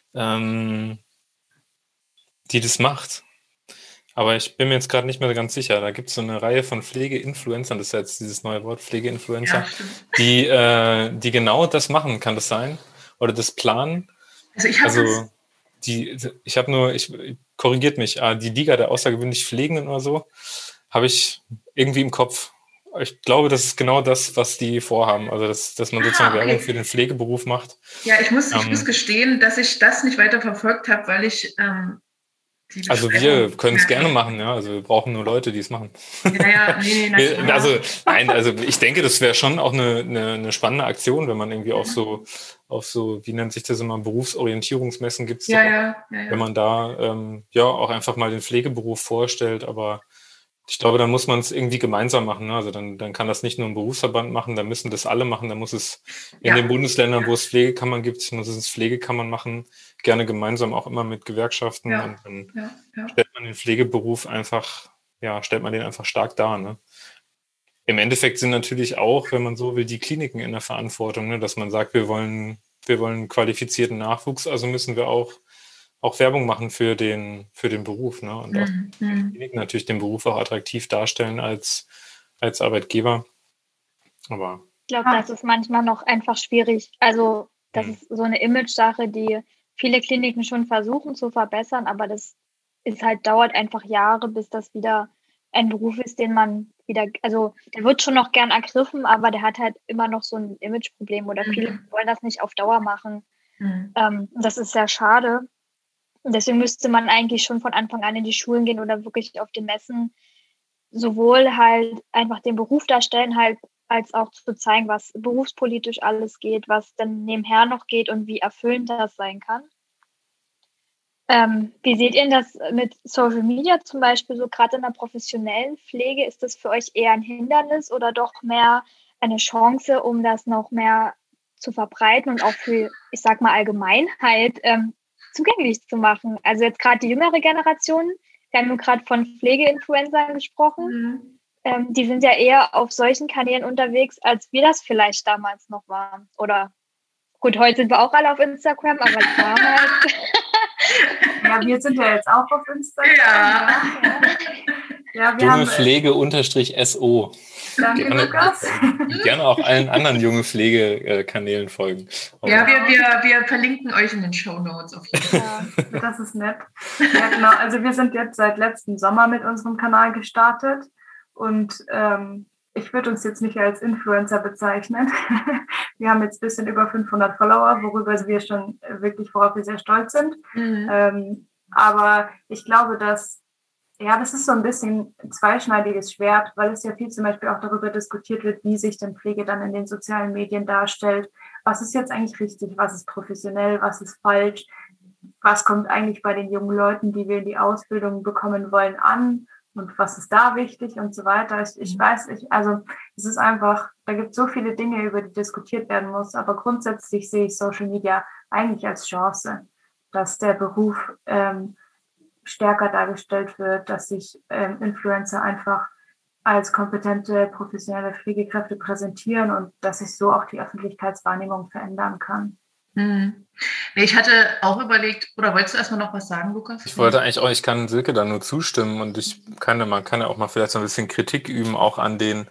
das macht. Aber ich bin mir jetzt gerade nicht mehr ganz sicher. Da gibt es so eine Reihe von Pflegeinfluencern, das ist jetzt dieses neue Wort, Pflegeinfluencer, die genau das machen, kann das sein? Oder das planen? Korrigiert mich, die Liga der außergewöhnlich Pflegenden oder so, habe ich irgendwie im Kopf. Ich glaube, das ist genau das, was die vorhaben. Also, dass man sozusagen Werbung für den Pflegeberuf macht. Ja, ich muss gestehen, dass ich das nicht weiter verfolgt habe, weil ich also wir können es gerne machen, ja. Also wir brauchen nur Leute, die es machen. Nee, also ich denke, das wäre schon auch eine spannende Aktion, wenn man irgendwie auf so, wie nennt sich das immer, Berufsorientierungsmessen gibt es wenn man da auch einfach mal den Pflegeberuf vorstellt, aber ich glaube, dann muss man es irgendwie gemeinsam machen. Ne? Also dann kann das nicht nur ein Berufsverband machen, dann müssen das alle machen, dann muss es in den Bundesländern, wo es Pflegekammern gibt, muss es Pflegekammern machen, gerne gemeinsam auch immer mit Gewerkschaften und dann stellt man den Pflegeberuf stellt man den einfach stark dar. Ne? Im Endeffekt sind natürlich auch, wenn man so will, die Kliniken in der Verantwortung, ne? Dass man sagt, wir wollen qualifizierten Nachwuchs, also müssen wir auch Werbung machen für den Beruf, ne? Und auch den Kliniken natürlich den Beruf auch attraktiv darstellen als Arbeitgeber. Aber ich glaube, das ist manchmal noch einfach schwierig. Also das ist so eine Image-Sache, die viele Kliniken schon versuchen zu verbessern, aber das ist halt, dauert einfach Jahre, bis das wieder ein Beruf ist, den man wieder, also der wird schon noch gern ergriffen, aber der hat halt immer noch so ein Image-Problem oder viele wollen das nicht auf Dauer machen. Das ist sehr schade. Deswegen müsste man eigentlich schon von Anfang an in die Schulen gehen oder wirklich auf den Messen sowohl halt einfach den Beruf darstellen, halt als auch zu zeigen, was berufspolitisch alles geht, was dann nebenher noch geht und wie erfüllend das sein kann. Wie seht ihr das mit Social Media zum Beispiel, so gerade in der professionellen Pflege? Ist das für euch eher ein Hindernis oder doch mehr eine Chance, um das noch mehr zu verbreiten und auch für, ich sag mal, Allgemeinheit zugänglich zu machen? Also jetzt gerade die jüngere Generation, wir haben gerade von Pflegeinfluencern gesprochen, die sind ja eher auf solchen Kanälen unterwegs, als wir das vielleicht damals noch waren. Oder gut, heute sind wir auch alle auf Instagram, aber damals... Ja, wir sind ja jetzt auch auf Instagram. Junge Pflege_SO. Danke, Lukas. Gerne auch allen anderen junge Pflegekanälen folgen. Ja, wir verlinken euch in den Shownotes auf jeden Fall. Das ist nett. Ja, genau. Also wir sind jetzt seit letztem Sommer mit unserem Kanal gestartet und ich würde uns jetzt nicht als Influencer bezeichnen. Wir haben jetzt ein bisschen über 500 Follower, worauf wir sehr stolz sind. Aber ich glaube, das ist so ein bisschen ein zweischneidiges Schwert, weil es ja viel zum Beispiel auch darüber diskutiert wird, wie sich denn Pflege dann in den sozialen Medien darstellt. Was ist jetzt eigentlich richtig? Was ist professionell? Was ist falsch? Was kommt eigentlich bei den jungen Leuten, die wir in die Ausbildung bekommen wollen, an? Und was ist da wichtig und so weiter. Ich weiß nicht, also es ist einfach, da gibt es so viele Dinge, über die diskutiert werden muss, aber grundsätzlich sehe ich Social Media eigentlich als Chance, dass der Beruf stärker dargestellt wird, dass sich Influencer einfach als kompetente, professionelle Pflegekräfte präsentieren und dass sich so auch die Öffentlichkeitswahrnehmung verändern kann. Ich hatte auch überlegt, oder wolltest du erstmal noch was sagen, Lukas? Ich kann Silke da nur zustimmen und man kann ja auch mal vielleicht so ein bisschen Kritik üben, auch an den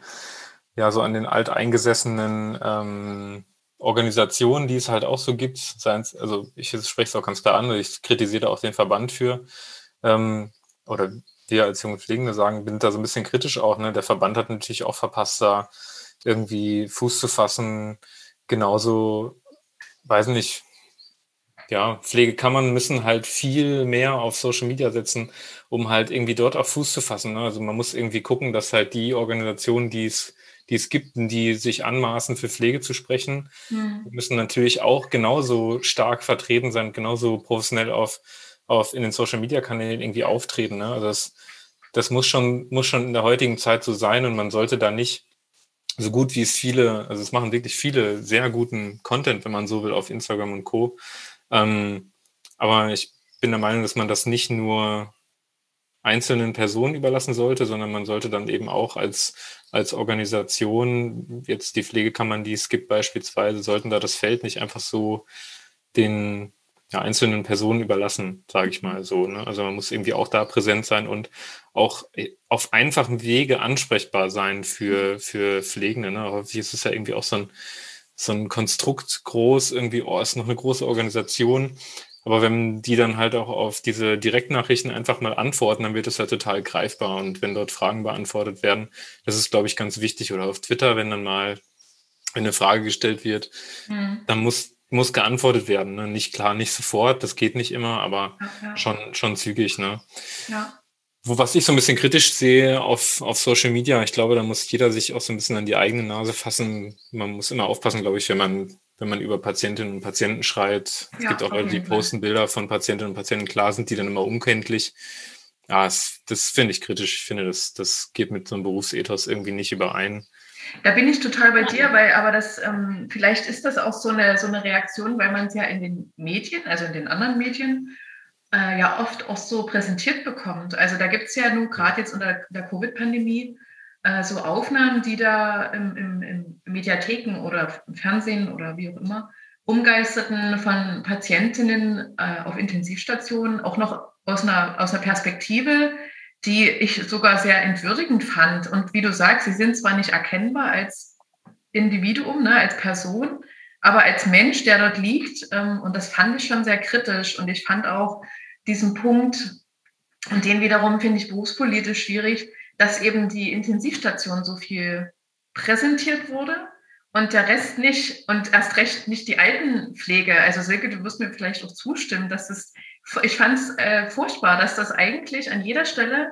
alteingesessenen Organisationen, die es halt auch so gibt. Also ich spreche es auch ganz klar an, ich kritisiere auch den Verband für, oder wir als junge Pflegende bin da so ein bisschen kritisch auch, ne? Der Verband hat natürlich auch verpasst, da irgendwie Fuß zu fassen, genauso, weiß nicht, Ja, Pflegekammern müssen halt viel mehr auf Social Media setzen, um halt irgendwie dort auf Fuß zu fassen, ne? Also man muss irgendwie gucken, dass halt die Organisationen, die es gibt, die sich anmaßen, für Pflege zu sprechen, die müssen natürlich auch genauso stark vertreten sein, genauso professionell in den Social Media Kanälen irgendwie auftreten, ne? Also das muss schon in der heutigen Zeit so sein, und man sollte da nicht so gut wie also es machen wirklich viele sehr guten Content, wenn man so will, auf Instagram und Co. Aber ich bin der Meinung, dass man das nicht nur einzelnen Personen überlassen sollte, sondern man sollte dann eben auch als Organisation, jetzt die Pflegekammern, die es gibt beispielsweise, sollten da das Feld nicht einfach so den einzelnen Personen überlassen, sage ich mal so, ne? Also man muss irgendwie auch da präsent sein und auch auf einfachem Wege ansprechbar sein für Pflegende, ne? Häufig ist es ja irgendwie auch so ein Konstrukt groß, irgendwie, ist noch eine große Organisation. Aber wenn die dann halt auch auf diese Direktnachrichten einfach mal antworten, dann wird es halt total greifbar. Und wenn dort Fragen beantwortet werden, das ist, glaube ich, ganz wichtig. Oder auf Twitter, wenn eine Frage gestellt wird, dann muss geantwortet werden, ne? Nicht sofort, das geht nicht immer, aber schon zügig, ne? Ja. Was ich so ein bisschen kritisch sehe auf Social Media, ich glaube, da muss jeder sich auch so ein bisschen an die eigene Nase fassen. Man muss immer aufpassen, glaube ich, wenn man über Patientinnen und Patienten schreibt. Es gibt auch Leute, die posten Bilder von Patientinnen und Patienten, klar sind die dann immer unkenntlich. Ja, das finde ich kritisch. Ich finde, das geht mit so einem Berufsethos irgendwie nicht überein. Da bin ich total bei dir, aber das vielleicht ist das auch so eine Reaktion, weil man es ja in den Medien, also in den anderen Medien, ja oft auch so präsentiert bekommt. Also da gibt es ja nun gerade jetzt unter der Covid-Pandemie so Aufnahmen, die da im Mediatheken oder im Fernsehen oder wie auch immer umgeisterten von Patientinnen auf Intensivstationen, auch noch aus einer Perspektive, die ich sogar sehr entwürdigend fand. Und wie du sagst, sie sind zwar nicht erkennbar als Individuum, ne, als Person, aber als Mensch, der dort liegt. Und das fand ich schon sehr kritisch. Und ich fand auch diesen Punkt, und den wiederum finde ich berufspolitisch schwierig, dass eben die Intensivstation so viel präsentiert wurde und der Rest nicht, und erst recht nicht die Altenpflege. Also Silke, du wirst mir vielleicht auch zustimmen, ich fand es furchtbar, dass das eigentlich an jeder Stelle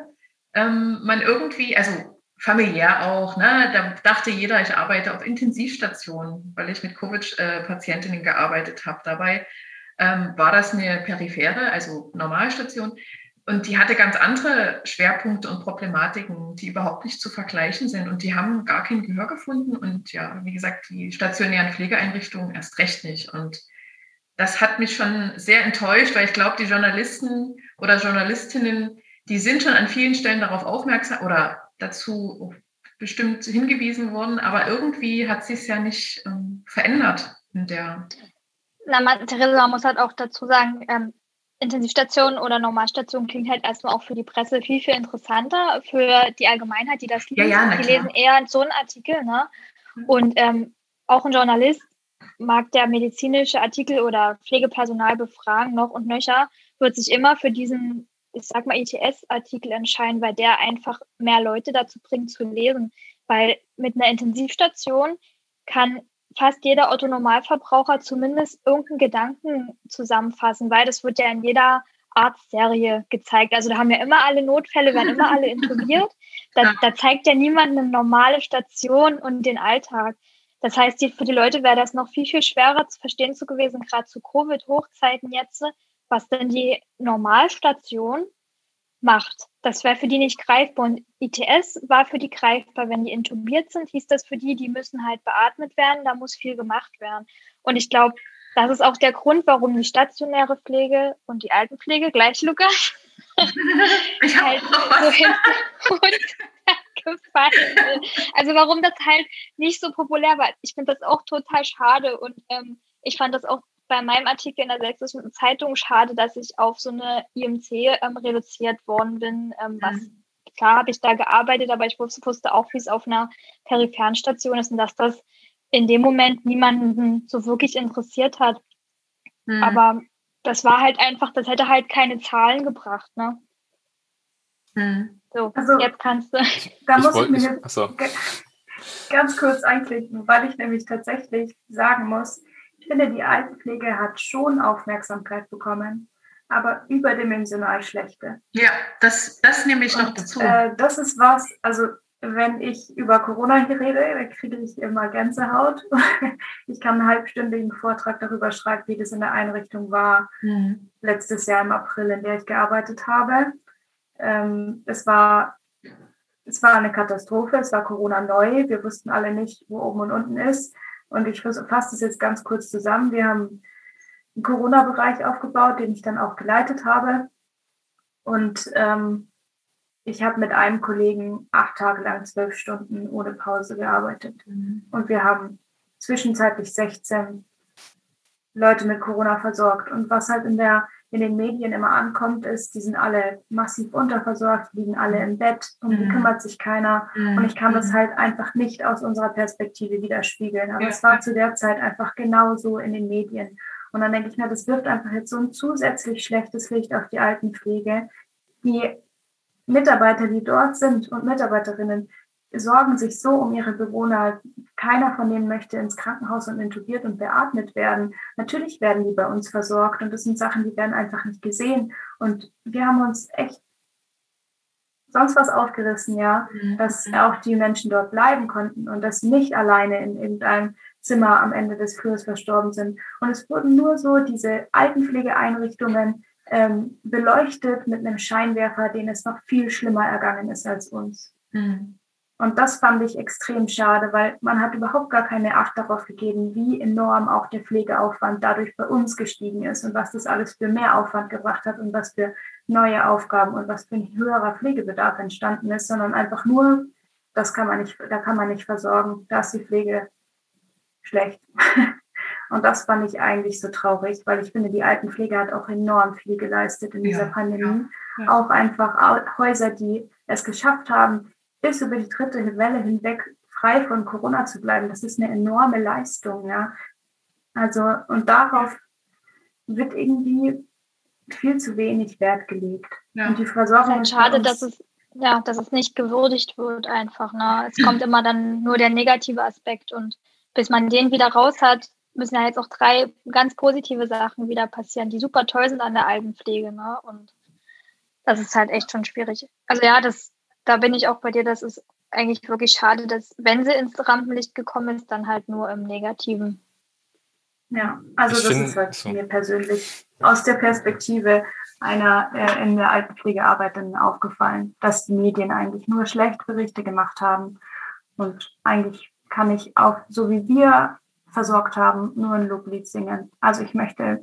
man irgendwie, also familiär auch, ne, da dachte jeder, ich arbeite auf Intensivstationen, weil ich mit Covid-Patientinnen gearbeitet habe. Dabei war das eine periphere, also Normalstation. Und die hatte ganz andere Schwerpunkte und Problematiken, die überhaupt nicht zu vergleichen sind. Und die haben gar kein Gehör gefunden. Und ja, wie gesagt, die stationären Pflegeeinrichtungen erst recht nicht. Und das hat mich schon sehr enttäuscht, weil ich glaube, die Journalisten oder Journalistinnen, die sind schon an vielen Stellen darauf aufmerksam oder dazu bestimmt hingewiesen worden. Aber irgendwie hat sich es ja nicht verändert in der. Theresa, man muss halt auch dazu sagen, Intensivstation oder Normalstation klingt halt erstmal auch für die Presse viel, viel interessanter, für die Allgemeinheit, die das liest. Ja, die lesen eher so einen Artikel, ne? Und auch ein Journalist mag der medizinische Artikel oder Pflegepersonal befragen, noch und nöcher, wird sich immer für diesen, ich sag mal, ITS-Artikel entscheiden, weil der einfach mehr Leute dazu bringt zu lesen. Weil mit einer Intensivstation kann fast jeder Otto-Normalverbraucher zumindest irgendeinen Gedanken zusammenfassen, weil das wird ja in jeder Arztserie gezeigt. Also da haben ja immer alle Notfälle, werden immer alle intubiert. Da zeigt ja niemand eine normale Station und den Alltag. Das heißt, für die Leute wäre das noch viel, viel schwerer zu verstehen gewesen, gerade zu Covid-Hochzeiten jetzt, was denn die Normalstation macht. Das wäre für die nicht greifbar. Und ITS war für die greifbar. Wenn die intubiert sind, hieß das für die müssen halt beatmet werden, da muss viel gemacht werden. Und ich glaube, das ist auch der Grund, warum die stationäre Pflege und die Altenpflege, gleich Lukas, ich halt so hinten gefallen. Also warum das halt nicht so populär war. Ich finde das auch total schade und ich fand das auch bei meinem Artikel in der Sächsischen Zeitung schade, dass ich auf so eine IMC reduziert worden bin. Klar habe ich da gearbeitet, aber ich wusste auch, wie es auf einer peripheren Station ist und dass das in dem Moment niemanden so wirklich interessiert hat. Aber das war halt einfach, das hätte halt keine Zahlen gebracht, ne? So, also, jetzt kannst du. Da muss ich mich jetzt ganz kurz einklicken, weil ich nämlich tatsächlich sagen muss, Ich finde, die Altenpflege hat schon Aufmerksamkeit bekommen, aber überdimensional schlechte. Ja, das nehme ich noch dazu. Das ist was, also wenn ich über Corona hier rede, dann kriege ich immer Gänsehaut. Ich kann einen halbstündigen Vortrag darüber schreiben, wie das in der Einrichtung war, letztes Jahr im April, in der ich gearbeitet habe. Es war eine Katastrophe, es war Corona neu, wir wussten alle nicht, wo oben und unten ist. Und ich fasse das jetzt ganz kurz zusammen. Wir haben einen Corona-Bereich aufgebaut, den ich dann auch geleitet habe. Und ich habe mit einem Kollegen 8 Tage lang 12 Stunden ohne Pause gearbeitet. Und wir haben zwischenzeitlich 16 Leute mit Corona versorgt. Und was halt in den Medien immer ankommt, ist, die sind alle massiv unterversorgt, liegen alle im Bett, um die kümmert sich keiner. Und ich kann das halt einfach nicht aus unserer Perspektive widerspiegeln. Aber es war zu der Zeit einfach genauso in den Medien. Und dann denke ich mir, das wirft einfach jetzt so ein zusätzlich schlechtes Licht auf die Altenpflege. Die Mitarbeiter, die dort sind und Mitarbeiterinnen, sorgen sich so um ihre Bewohner. Keiner von denen möchte ins Krankenhaus und intubiert und beatmet werden. Natürlich werden die bei uns versorgt und das sind Sachen, die werden einfach nicht gesehen. Und wir haben uns echt sonst was aufgerissen, ja, dass auch die Menschen dort bleiben konnten und dass nicht alleine in irgendeinem Zimmer am Ende des Flurs verstorben sind. Und es wurden nur so diese Altenpflegeeinrichtungen beleuchtet mit einem Scheinwerfer, denen es noch viel schlimmer ergangen ist als uns. Und das fand ich extrem schade, weil man hat überhaupt gar keine Acht darauf gegeben, wie enorm auch der Pflegeaufwand dadurch bei uns gestiegen ist und was das alles für mehr Aufwand gebracht hat und was für neue Aufgaben und was für ein höherer Pflegebedarf entstanden ist, sondern einfach nur, da kann man nicht versorgen, da ist die Pflege schlecht. Und das fand ich eigentlich so traurig, weil ich finde, die Altenpflege hat auch enorm viel geleistet in dieser Pandemie. Ja. Auch einfach Häuser, die es geschafft haben, bis über die 3. Welle hinweg frei von Corona zu bleiben. Das ist eine enorme Leistung, ja. Also, und darauf wird irgendwie viel zu wenig Wert gelegt. Ja. Und die Versorgung ist halt schade, dass es nicht gewürdigt wird einfach. Ne? Es kommt immer dann nur der negative Aspekt und bis man den wieder raus hat, müssen ja jetzt auch 3 ganz positive Sachen wieder passieren, die super toll sind an der Altenpflege. Ne? Und das ist halt echt schon schwierig. Also ja, da bin ich auch bei dir, das ist eigentlich wirklich schade, dass, wenn sie ins Rampenlicht gekommen ist, dann halt nur im Negativen. Ja, also das ist halt mir persönlich aus der Perspektive einer in der Altenpflege Arbeitenden aufgefallen, dass die Medien eigentlich nur schlecht Berichte gemacht haben. Und eigentlich kann ich auch, so wie wir versorgt haben, nur ein Loblied singen. Also ich möchte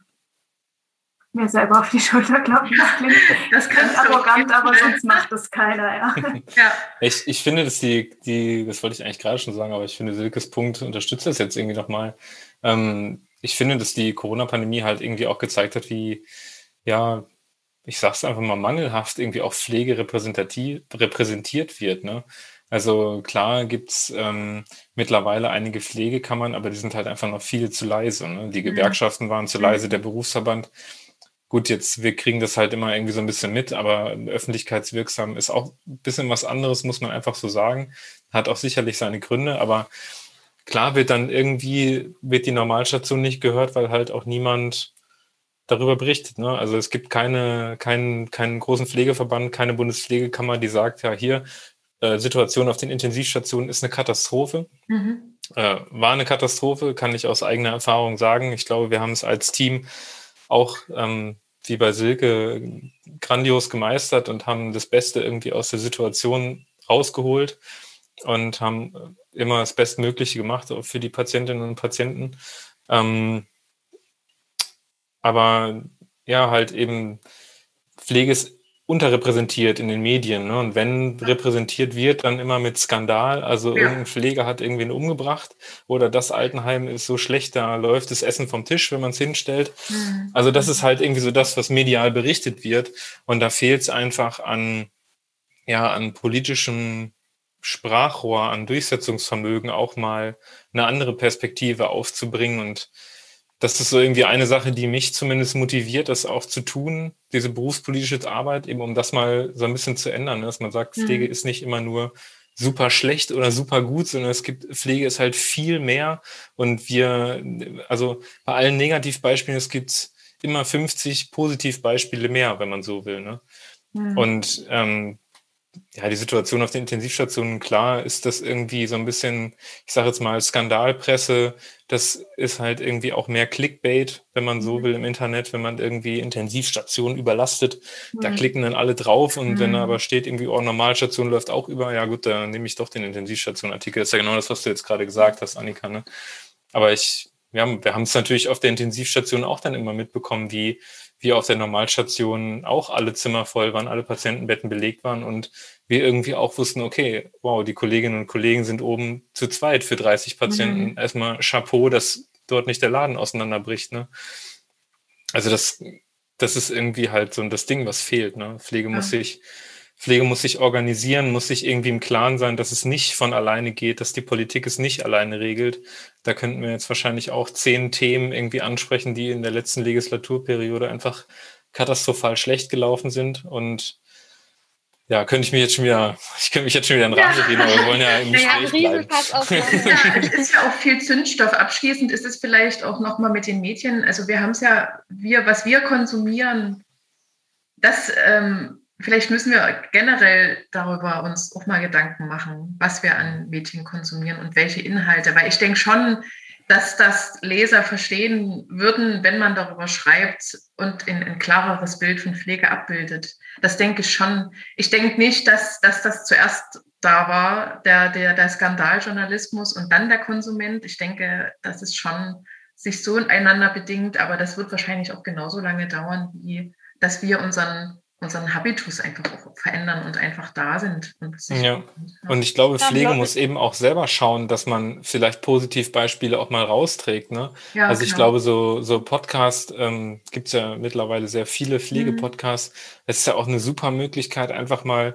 mir selber auf die Schulter klopfen. Das klingt arrogant, aber sonst macht das keiner. Ja. Ich finde, dass das wollte ich eigentlich gerade schon sagen, aber ich finde, Silkes Punkt unterstützt das jetzt irgendwie nochmal. Ich finde, dass die Corona-Pandemie halt irgendwie auch gezeigt hat, wie, ja, ich sag's einfach mal mangelhaft, irgendwie auch Pflege repräsentiert wird, ne? Also klar gibt's mittlerweile einige Pflegekammern, aber die sind halt einfach noch viel zu leise, ne? Die Gewerkschaften waren zu leise, der Berufsverband. Gut, wir kriegen das halt immer irgendwie so ein bisschen mit, aber öffentlichkeitswirksam ist auch ein bisschen was anderes, muss man einfach so sagen. Hat auch sicherlich seine Gründe, aber klar wird die Normalstation nicht gehört, weil halt auch niemand darüber berichtet, ne? Also es gibt keinen großen Pflegeverband, keine Bundespflegekammer, die sagt, ja hier, Situation auf den Intensivstationen ist eine Katastrophe. War eine Katastrophe, kann ich aus eigener Erfahrung sagen. Ich glaube, wir haben es als Team auch wie bei Silke grandios gemeistert und haben das Beste irgendwie aus der Situation rausgeholt und haben immer das Bestmögliche gemacht, auch für die Patientinnen und Patienten. Aber ja, halt eben Pflege ist unterrepräsentiert in den Medien, ne? Und wenn repräsentiert wird, dann immer mit Skandal. Also irgendein Pfleger hat irgendwen umgebracht oder das Altenheim ist so schlecht, da läuft das Essen vom Tisch, wenn man es hinstellt. Also das ist halt irgendwie so das, was medial berichtet wird. Und da fehlt es einfach an politischem Sprachrohr, an Durchsetzungsvermögen, auch mal eine andere Perspektive aufzubringen. Und das ist so irgendwie eine Sache, die mich zumindest motiviert, das auch zu tun, diese berufspolitische Arbeit, eben um das mal so ein bisschen zu ändern, dass man sagt, Pflege ist nicht immer nur super schlecht oder super gut, sondern Pflege ist halt viel mehr und also bei allen Negativbeispielen, es gibt immer 50 Positivbeispiele mehr, wenn man so will, ne? Und die Situation auf den Intensivstationen, klar, ist das irgendwie so ein bisschen, ich sage jetzt mal, Skandalpresse. Das ist halt irgendwie auch mehr Clickbait, wenn man so will, im Internet, wenn man irgendwie Intensivstationen überlastet. Da klicken dann alle drauf und wenn da aber steht irgendwie, Normalstation läuft auch über, ja gut, da nehme ich doch den Intensivstation-Artikel. Das ist ja genau das, was du jetzt gerade gesagt hast, Annika, ne? Aber wir haben es natürlich auf der Intensivstation auch dann immer mitbekommen, wie auf der Normalstation auch alle Zimmer voll waren, alle Patientenbetten belegt waren und wir irgendwie auch wussten, okay, wow, die Kolleginnen und Kollegen sind oben zu zweit für 30 Patienten. Erstmal Chapeau, dass dort nicht der Laden auseinanderbricht, ne? Also das ist irgendwie halt so das Ding, was fehlt, ne? Pflege muss sich organisieren, muss sich irgendwie im Klaren sein, dass es nicht von alleine geht, dass die Politik es nicht alleine regelt. Da könnten wir jetzt wahrscheinlich auch 10 Themen irgendwie ansprechen, die in der letzten Legislaturperiode einfach katastrophal schlecht gelaufen sind. Und ja, ich könnte mich jetzt schon wieder in Rage reden, aber wir wollen ja im Gespräch bleiben. Ja, es ist ja auch viel Zündstoff. Abschließend ist es vielleicht auch nochmal mit den Medien. Also wir haben es ja, was wir konsumieren, das vielleicht müssen wir generell darüber uns auch mal Gedanken machen, was wir an Medien konsumieren und welche Inhalte. Weil ich denke schon, dass das Leser verstehen würden, wenn man darüber schreibt und ein klareres Bild von Pflege abbildet. Das denke ich schon. Ich denke nicht, dass das zuerst da war, der Skandaljournalismus und dann der Konsument. Ich denke, das ist schon sich so ineinander bedingt, aber das wird wahrscheinlich auch genauso lange dauern, wie dass wir unseren Habitus einfach auch verändern und einfach da sind. Und ich glaube, Pflege muss eben auch selber schauen, dass man vielleicht Positivbeispiele auch mal rausträgt, ne? Ja, also ich glaube, so Podcast, gibt's ja mittlerweile sehr viele Pflegepodcasts. Es ist ja auch eine super Möglichkeit, einfach mal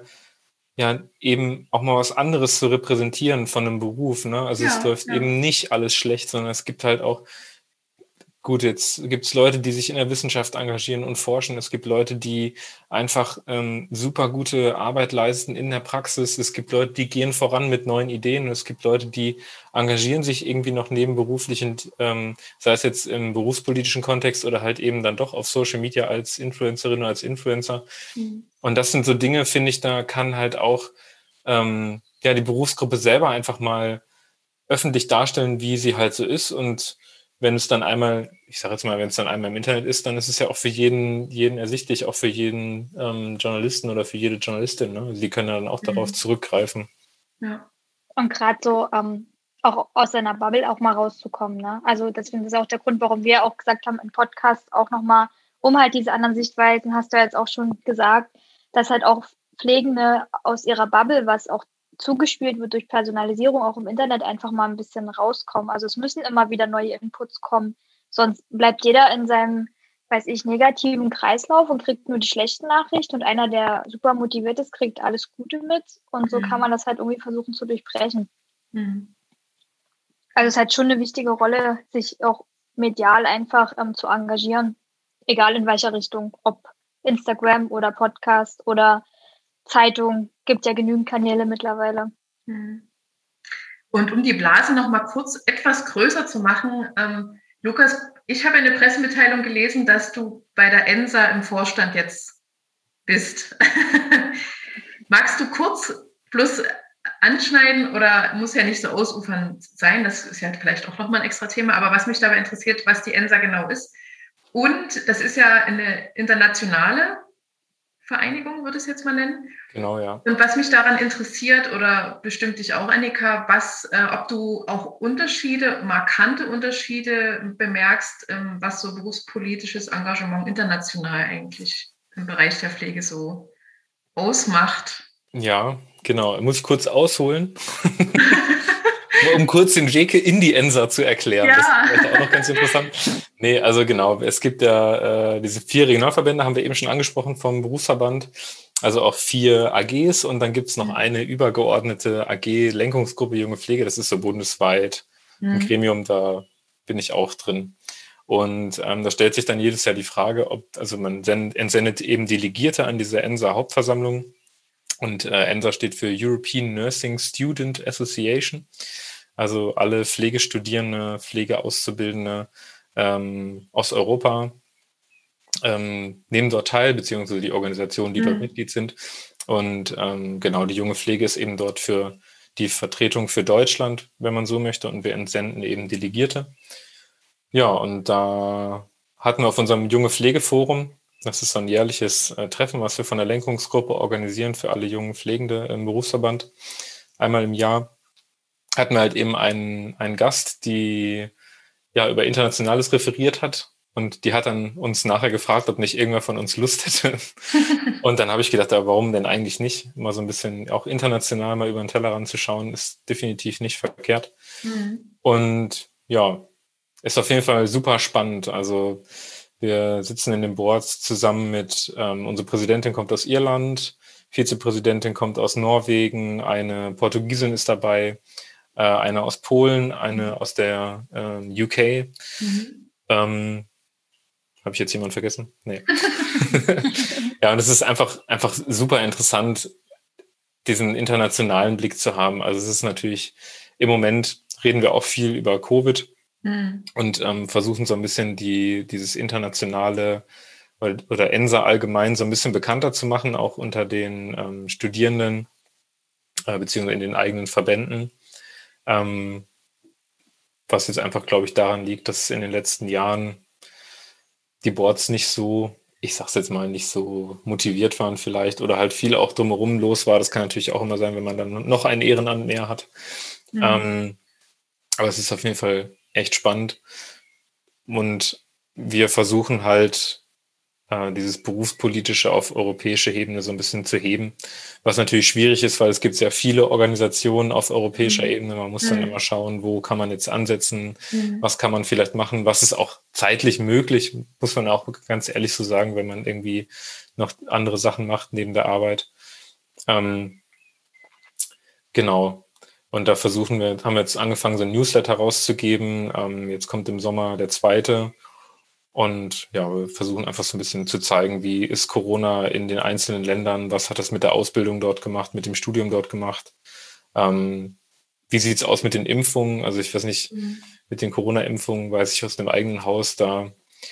eben auch mal was anderes zu repräsentieren von einem Beruf, ne? Also es läuft eben nicht alles schlecht, sondern es gibt halt auch gut, jetzt gibt es Leute, die sich in der Wissenschaft engagieren und forschen. Es gibt Leute, die einfach super gute Arbeit leisten in der Praxis. Es gibt Leute, die gehen voran mit neuen Ideen. Und es gibt Leute, die engagieren sich irgendwie noch nebenberuflich, sei es jetzt im berufspolitischen Kontext oder halt eben dann doch auf Social Media als Influencerin oder als Influencer. Und das sind so Dinge, finde ich, da kann halt auch die Berufsgruppe selber einfach mal öffentlich darstellen, wie sie halt so ist. Und wenn es dann einmal, wenn es dann einmal im Internet ist, dann ist es ja auch für jeden ersichtlich, auch für jeden Journalisten oder für jede Journalistin, ne? Die können dann auch darauf zurückgreifen. Ja. Und gerade so auch aus seiner Bubble auch mal rauszukommen, ne? Also deswegen ist auch der Grund, warum wir auch gesagt haben, im Podcast auch nochmal, um halt diese anderen Sichtweisen, hast du ja jetzt auch schon gesagt, dass halt auch Pflegende aus ihrer Bubble, was auch zugespielt wird durch Personalisierung, auch im Internet einfach mal ein bisschen rauskommen. Also es müssen immer wieder neue Inputs kommen, sonst bleibt jeder in seinem, negativen Kreislauf und kriegt nur die schlechten Nachrichten und einer, der super motiviert ist, kriegt alles Gute mit und so kann man das halt irgendwie versuchen zu durchbrechen. Also es ist halt schon eine wichtige Rolle, sich auch medial einfach zu engagieren, egal in welcher Richtung, ob Instagram oder Podcast oder Zeitung, gibt ja genügend Kanäle mittlerweile. Und um die Blase noch mal kurz etwas größer zu machen, Lukas, ich habe eine Pressemitteilung gelesen, dass du bei der ENSA im Vorstand jetzt bist. Magst du kurz bloß anschneiden oder muss ja nicht so ausufernd sein, das ist ja vielleicht auch nochmal ein extra Thema, aber was mich dabei interessiert, was die ENSA genau ist. Und das ist ja eine internationale Vereinigung, würde ich es jetzt mal nennen. Genau, ja. Und was mich daran interessiert, oder bestimmt dich auch, Annika, ob du auch markante Unterschiede bemerkst, was so berufspolitisches Engagement international eigentlich im Bereich der Pflege so ausmacht. Ja, genau. Muss ich kurz ausholen, um kurz den Weg in die ENSA zu erklären. Ja. Das ist vielleicht auch noch ganz interessant. Nee, also genau, es gibt ja diese 4 Regionalverbände, haben wir eben schon angesprochen vom Berufsverband, also auch 4 AGs und dann gibt es noch eine übergeordnete AG, Lenkungsgruppe Junge Pflege, das ist so bundesweit ein Gremium, da bin ich auch drin. Und da stellt sich dann jedes Jahr die Frage, man entsendet eben Delegierte an diese ENSA-Hauptversammlung Und ENSA steht für European Nursing Student Association. Also alle Pflegestudierende, Pflegeauszubildende aus Europa nehmen dort teil, beziehungsweise die Organisationen, die dort Mitglied sind. Und genau, die junge Pflege ist eben dort für die Vertretung für Deutschland, wenn man so möchte. Und wir entsenden eben Delegierte. Ja, und da hatten wir auf unserem Junge Pflegeforum, das ist so ein jährliches Treffen, was wir von der Lenkungsgruppe organisieren für alle jungen Pflegende im Berufsverband. Einmal im Jahr hatten wir halt eben einen Gast, die ja über Internationales referiert hat. Und die hat dann uns nachher gefragt, ob nicht irgendwer von uns Lust hätte. Und dann habe ich gedacht, ja, warum denn eigentlich nicht? Mal so ein bisschen auch international mal über den Tellerrand zu schauen, ist definitiv nicht verkehrt. Und ja, ist auf jeden Fall super spannend. Also wir sitzen in den Boards zusammen mit, unsere Präsidentin kommt aus Irland, Vizepräsidentin kommt aus Norwegen, eine Portugiesin ist dabei, eine aus Polen, eine aus der UK. Habe ich jetzt jemanden vergessen? Nee. Ja, und es ist einfach super interessant, diesen internationalen Blick zu haben. Also es ist natürlich, im Moment reden wir auch viel über Covid und versuchen so ein bisschen dieses internationale oder ENSA allgemein so ein bisschen bekannter zu machen, auch unter den Studierenden beziehungsweise in den eigenen Verbänden. Was jetzt einfach, glaube ich, daran liegt, dass in den letzten Jahren die Boards nicht so, ich sag's jetzt mal, nicht so motiviert waren vielleicht oder halt viel auch drumherum los war. Das kann natürlich auch immer sein, wenn man dann noch ein Ehrenamt mehr hat. Aber es ist auf jeden Fall echt spannend. Und wir versuchen halt, dieses Berufspolitische auf europäischer Ebene so ein bisschen zu heben, was natürlich schwierig ist, weil es gibt sehr viele Organisationen auf europäischer Ebene. Man muss dann immer schauen, wo kann man jetzt ansetzen, was kann man vielleicht machen, was ist auch zeitlich möglich, muss man auch ganz ehrlich so sagen, wenn man irgendwie noch andere Sachen macht neben der Arbeit. Genau. Und da haben wir jetzt angefangen, so ein Newsletter rauszugeben. Jetzt kommt im Sommer der zweite. Und ja, wir versuchen einfach so ein bisschen zu zeigen, wie ist Corona in den einzelnen Ländern, was hat das mit der Ausbildung dort gemacht, mit dem Studium dort gemacht, wie sieht's aus mit den Impfungen, also ich weiß nicht, mit den Corona-Impfungen weiß ich aus dem eigenen Haus, da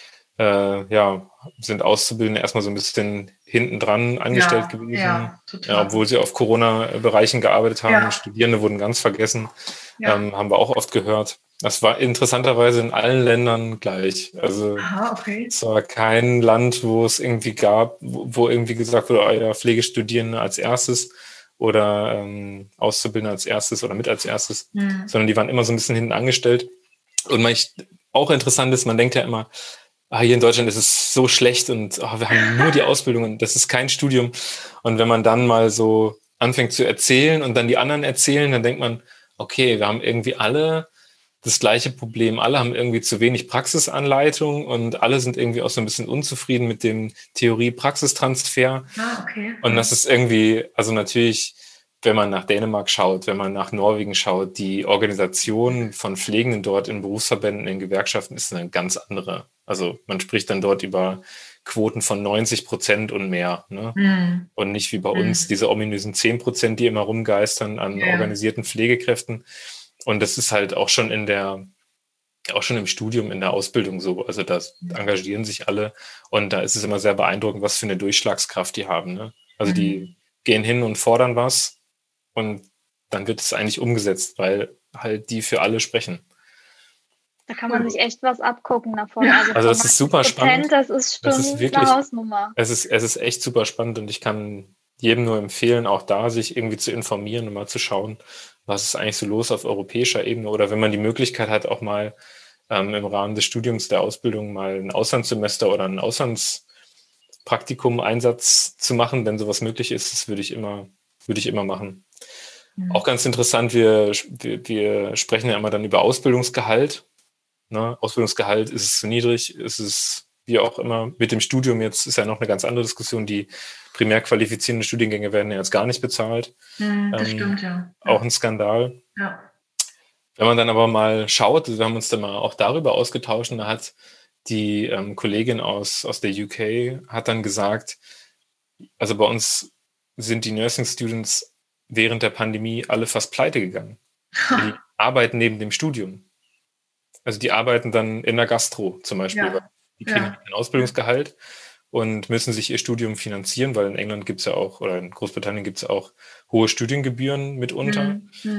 sind Auszubildende erstmal so ein bisschen hinten dran angestellt gewesen, obwohl sie auf Corona-Bereichen gearbeitet haben, Studierende wurden ganz vergessen, haben wir auch oft gehört. Das war interessanterweise in allen Ländern gleich. Also es war kein Land, wo es irgendwie gab, wo irgendwie gesagt wurde, Pflegestudierende als erstes oder Auszubildende als erstes oder mit als erstes, sondern die waren immer so ein bisschen hinten angestellt. Und auch interessant ist, man denkt ja immer, hier in Deutschland ist es so schlecht und wir haben nur die Ausbildung und das ist kein Studium. Und wenn man dann mal so anfängt zu erzählen und dann die anderen erzählen, dann denkt man, okay, wir haben irgendwie alle das gleiche Problem. Alle haben irgendwie zu wenig Praxisanleitung und alle sind irgendwie auch so ein bisschen unzufrieden mit dem Theorie-Praxistransfer. Und das ist irgendwie, also natürlich, wenn man nach Dänemark schaut, wenn man nach Norwegen schaut, die Organisation von Pflegenden dort in Berufsverbänden, in Gewerkschaften ist eine ganz andere. Also man spricht dann dort über Quoten von 90% und mehr. Ne? Und nicht wie bei uns diese ominösen 10%, die immer rumgeistern an organisierten Pflegekräften. Und das ist halt auch schon im Studium, in der Ausbildung so. Also da engagieren sich alle und da ist es immer sehr beeindruckend, was für eine Durchschlagskraft die haben. Ne? Also die gehen hin und fordern was und dann wird es eigentlich umgesetzt, weil halt die für alle sprechen. Da kann man sich echt was abgucken davon. Also das ist super spannend. Das ist schon eine Hausnummer. Es ist echt super spannend und ich kann jedem nur empfehlen, auch da sich irgendwie zu informieren und mal zu schauen, was ist eigentlich so los auf europäischer Ebene oder wenn man die Möglichkeit hat, auch mal im Rahmen des Studiums der Ausbildung mal ein Auslandssemester oder einen Auslandspraktikum-Einsatz zu machen, wenn sowas möglich ist, das würde ich immer machen. Auch ganz interessant, wir sprechen ja immer dann über Ausbildungsgehalt. Ne? Ausbildungsgehalt, ist es zu niedrig, ist es wie auch immer. Mit dem Studium jetzt ist ja noch eine ganz andere Diskussion. Die primär qualifizierenden Studiengänge werden ja jetzt gar nicht bezahlt. Das stimmt, ja. Auch ein Skandal. Ja. Wenn man dann aber mal schaut, wir haben uns dann mal auch darüber ausgetauscht und da hat die Kollegin aus der UK hat dann gesagt, also bei uns sind die Nursing Students während der Pandemie alle fast pleite gegangen. Die arbeiten neben dem Studium. Also die arbeiten dann in der Gastro zum Beispiel, weil die kriegen ein Ausbildungsgehalt und müssen sich ihr Studium finanzieren, weil in England gibt es ja auch, oder in Großbritannien gibt es auch hohe Studiengebühren mitunter.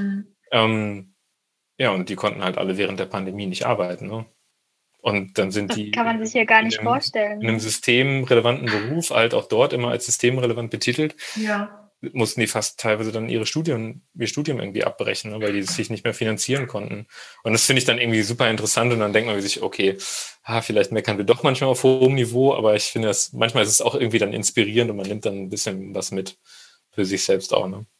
Ja, und die konnten halt alle während der Pandemie nicht arbeiten. Ne? Und dann sind das kann man sich ja gar nicht vorstellen. In einem systemrelevanten Beruf, halt auch dort immer als systemrelevant betitelt, mussten die fast teilweise dann ihr Studium irgendwie abbrechen, ne, weil die sich nicht mehr finanzieren konnten. Und das finde ich dann irgendwie super interessant und dann denkt man sich, okay, vielleicht meckern wir doch manchmal auf hohem Niveau, aber ich finde, manchmal ist es auch irgendwie dann inspirierend und man nimmt dann ein bisschen was mit für sich selbst auch. Ne?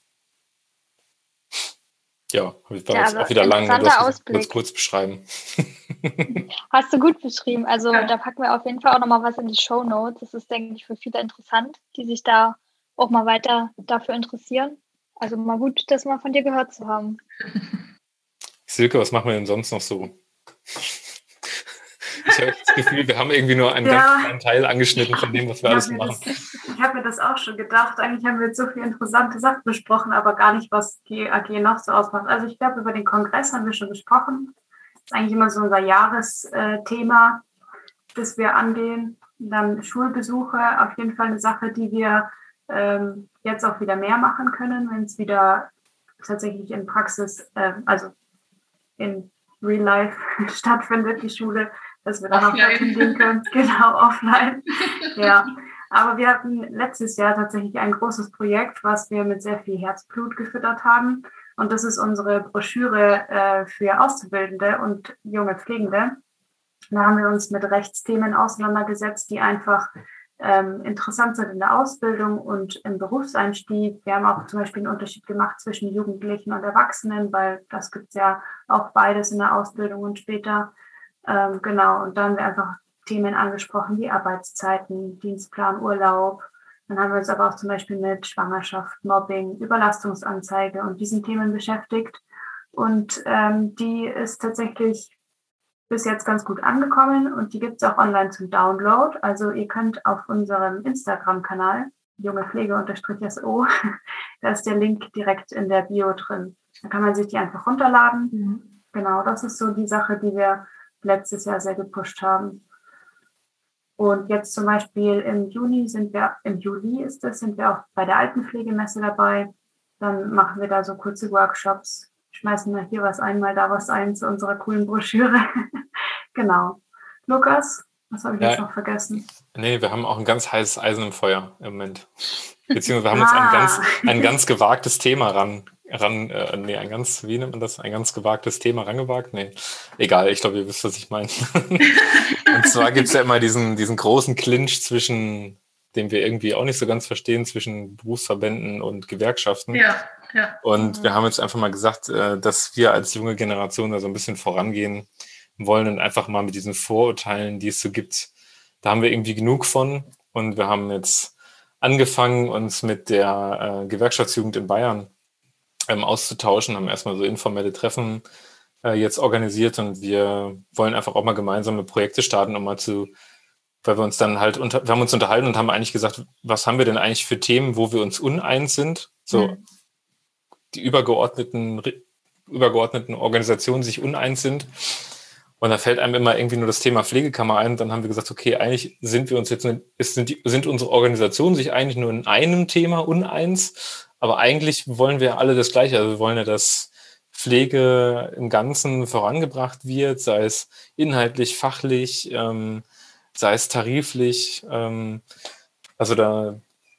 Ja, ich war jetzt auch wieder lang, du hast es kurz beschreiben. Hast du gut beschrieben. Also da packen wir auf jeden Fall auch nochmal was in die Shownotes. Das ist, denke ich, für viele interessant, die sich da auch mal weiter dafür interessieren. Also mal gut, das mal von dir gehört zu haben. Silke, was machen wir denn sonst noch so? Ich habe das Gefühl, wir haben irgendwie nur einen ganz kleinen Teil angeschnitten von dem, was wir alles machen. Ich habe mir das auch schon gedacht. Eigentlich haben wir jetzt so viele interessante Sachen besprochen, aber gar nicht, was die AG noch so ausmacht. Also ich glaube, über den Kongress haben wir schon gesprochen. Das ist eigentlich immer so unser Jahresthema, das wir angehen. Dann Schulbesuche, auf jeden Fall eine Sache, die wir jetzt auch wieder mehr machen können, wenn es wieder tatsächlich in Praxis, also in Real Life stattfindet, die Schule, dass wir dann auch dorthin gehen können. Genau, offline. Ja, aber wir hatten letztes Jahr tatsächlich ein großes Projekt, was wir mit sehr viel Herzblut gefüttert haben. Und das ist unsere Broschüre für Auszubildende und junge Pflegende. Da haben wir uns mit Rechtsthemen auseinandergesetzt, die einfach interessant sind in der Ausbildung und im Berufseinstieg. Wir haben auch zum Beispiel einen Unterschied gemacht zwischen Jugendlichen und Erwachsenen, weil das gibt es ja auch beides in der Ausbildung und später. Genau, und dann haben wir einfach Themen angesprochen wie Arbeitszeiten, Dienstplan, Urlaub. Dann haben wir uns aber auch zum Beispiel mit Schwangerschaft, Mobbing, Überlastungsanzeige und diesen Themen beschäftigt. Und die ist tatsächlich bis jetzt ganz gut angekommen und die gibt es auch online zum Download. Also ihr könnt auf unserem Instagram-Kanal, jungepflege_so, da ist der Link direkt in der Bio drin. Da kann man sich die einfach runterladen. Genau, das ist so die Sache, die wir letztes Jahr sehr gepusht haben. Und jetzt zum Beispiel im Juli sind wir auch bei der Altenpflegemesse dabei. Dann machen wir da so kurze Workshops, schmeißen wir hier was ein, mal da was ein zu unserer coolen Broschüre. Genau. Lukas, was habe ich jetzt noch vergessen? Nee, wir haben auch ein ganz heißes Eisen im Feuer im Moment. Beziehungsweise wir haben uns ein ganz gewagtes Thema wie nennt man das? Ein ganz gewagtes Thema rangewagt? Nee, egal, ich glaube, ihr wisst, was ich meine. Und zwar gibt es ja immer diesen großen Clinch zwischen, den wir irgendwie auch nicht so ganz verstehen, zwischen Berufsverbänden und Gewerkschaften. Ja. Und wir haben jetzt einfach mal gesagt, dass wir als junge Generation da so ein bisschen vorangehen wollen und einfach mal mit diesen Vorurteilen, die es so gibt, da haben wir irgendwie genug von. Und wir haben jetzt angefangen, uns mit der Gewerkschaftsjugend in Bayern auszutauschen, haben erstmal so informelle Treffen jetzt organisiert und wir wollen einfach auch mal gemeinsame Projekte starten, weil wir uns dann halt wir haben uns unterhalten und haben eigentlich gesagt, was haben wir denn eigentlich für Themen, wo wir uns uneins sind? So die übergeordneten Organisationen sich uneins sind. Und da fällt einem immer irgendwie nur das Thema Pflegekammer ein. Und dann haben wir gesagt, okay, eigentlich sind unsere Organisationen sich eigentlich nur in einem Thema uneins. Aber eigentlich wollen wir alle das Gleiche. Also wir wollen ja, dass Pflege im Ganzen vorangebracht wird, sei es inhaltlich, fachlich, sei es tariflich. Also da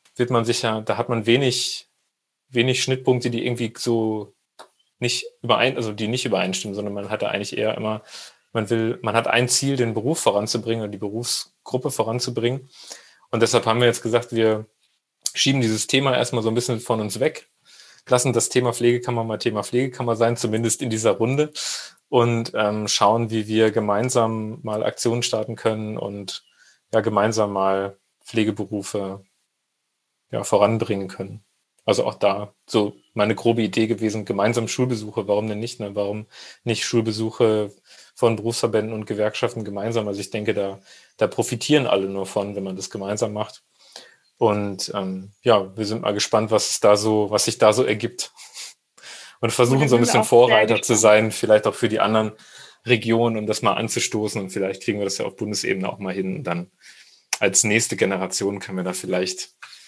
hat man wenig Schnittpunkte, die irgendwie so nicht übereinstimmen, sondern man hat da eigentlich eher immer, man hat ein Ziel, den Beruf voranzubringen oder die Berufsgruppe voranzubringen. Und deshalb haben wir jetzt gesagt, wir schieben dieses Thema erstmal so ein bisschen von uns weg, lassen das Thema Pflegekammer mal Thema Pflegekammer sein, zumindest in dieser Runde, und schauen, wie wir gemeinsam mal Aktionen starten können und ja, gemeinsam mal Pflegeberufe voranbringen können. Also auch da so meine grobe Idee gewesen, gemeinsam Schulbesuche, warum denn nicht? Ne? Warum nicht Schulbesuche von Berufsverbänden und Gewerkschaften gemeinsam? Also ich denke, da profitieren alle nur von, wenn man das gemeinsam macht. Und wir sind mal gespannt, was sich da so ergibt. Und versuchen so ein bisschen Vorreiter zu sein, vielleicht auch für die anderen Regionen, um das mal anzustoßen. Und vielleicht kriegen wir das ja auf Bundesebene auch mal hin. Und dann als nächste Generation können wir da vielleicht,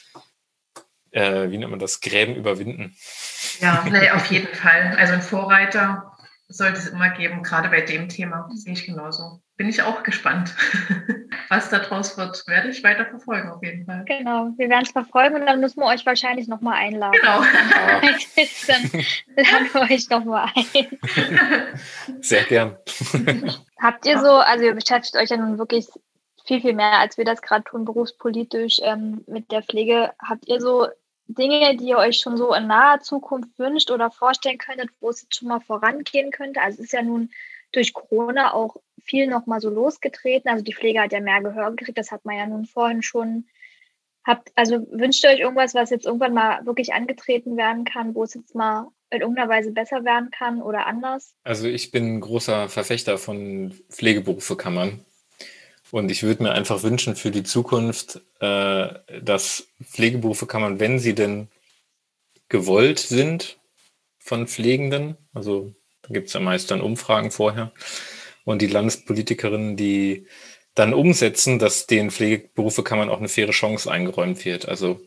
wie nennt man das, Gräben überwinden. Ja, auf jeden Fall. Also ein Vorreiter sollte es immer geben, gerade bei dem Thema. Das sehe ich genauso. Bin ich auch gespannt. Was da draus wird, werde ich weiter verfolgen, auf jeden Fall. Genau, wir werden es verfolgen und dann müssen wir euch wahrscheinlich nochmal einladen. Genau. Dann laden wir euch nochmal ein. Sehr gern. Habt ihr so, also ihr beschäftigt euch ja nun wirklich viel, viel mehr, als wir das gerade tun, berufspolitisch mit der Pflege. Habt ihr so Dinge, die ihr euch schon so in naher Zukunft wünscht oder vorstellen könntet, wo es jetzt schon mal vorangehen könnte? Also es ist ja nun durch Corona auch viel nochmal so losgetreten. Also die Pflege hat ja mehr Gehör gekriegt, das hat man ja nun vorhin schon. Also wünscht ihr euch irgendwas, was jetzt irgendwann mal wirklich angetreten werden kann, wo es jetzt mal in irgendeiner Weise besser werden kann oder anders? Also ich bin ein großer Verfechter von Pflegeberufekammern. Und ich würde mir einfach wünschen für die Zukunft, dass Pflegeberufekammern, wenn sie denn gewollt sind von Pflegenden, also da gibt es ja meist dann Umfragen vorher, und die Landespolitikerinnen, die dann umsetzen, dass den Pflegeberufekammern auch eine faire Chance eingeräumt wird. Also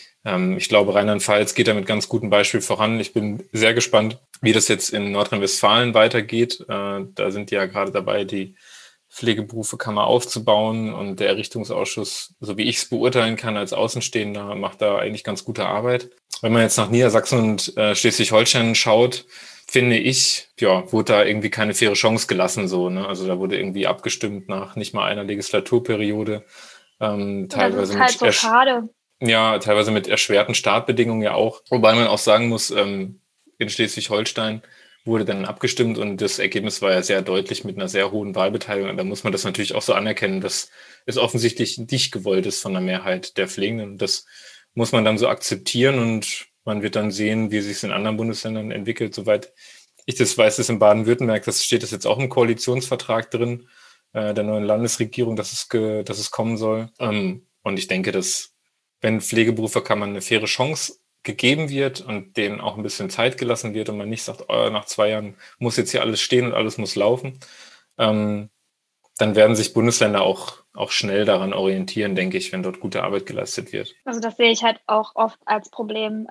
ich glaube, Rheinland-Pfalz geht da mit ganz gutem Beispiel voran. Ich bin sehr gespannt, wie das jetzt in Nordrhein-Westfalen weitergeht. Da sind die ja gerade dabei, die Pflegeberufekammer aufzubauen, und der Errichtungsausschuss, so wie ich es beurteilen kann als Außenstehender, macht da eigentlich ganz gute Arbeit. Wenn man jetzt nach Niedersachsen und Schleswig-Holstein schaut, finde ich, wurde da irgendwie keine faire Chance gelassen, so, ne? Also da wurde irgendwie abgestimmt nach nicht mal einer Legislaturperiode. Teilweise das ist halt so schade. Ja, teilweise mit erschwerten Startbedingungen ja auch. Wobei man auch sagen muss, in Schleswig-Holstein wurde dann abgestimmt und das Ergebnis war ja sehr deutlich mit einer sehr hohen Wahlbeteiligung. Und da muss man das natürlich auch so anerkennen, dass es offensichtlich nicht gewollt ist von der Mehrheit der Pflegenden. Und das muss man dann so akzeptieren, und man wird dann sehen, wie es sich in anderen Bundesländern entwickelt. Soweit ich das weiß, ist in Baden-Württemberg, das steht das jetzt auch im Koalitionsvertrag drin, der neuen Landesregierung, dass es kommen soll. Und ich denke, dass wenn Pflegeberufekammern eine faire Chance gegeben wird und denen auch ein bisschen Zeit gelassen wird und man nicht sagt, nach 2 Jahren muss jetzt hier alles stehen und alles muss laufen, dann werden sich Bundesländer auch schnell daran orientieren, denke ich, wenn dort gute Arbeit geleistet wird. Also das sehe ich halt auch oft als Problem,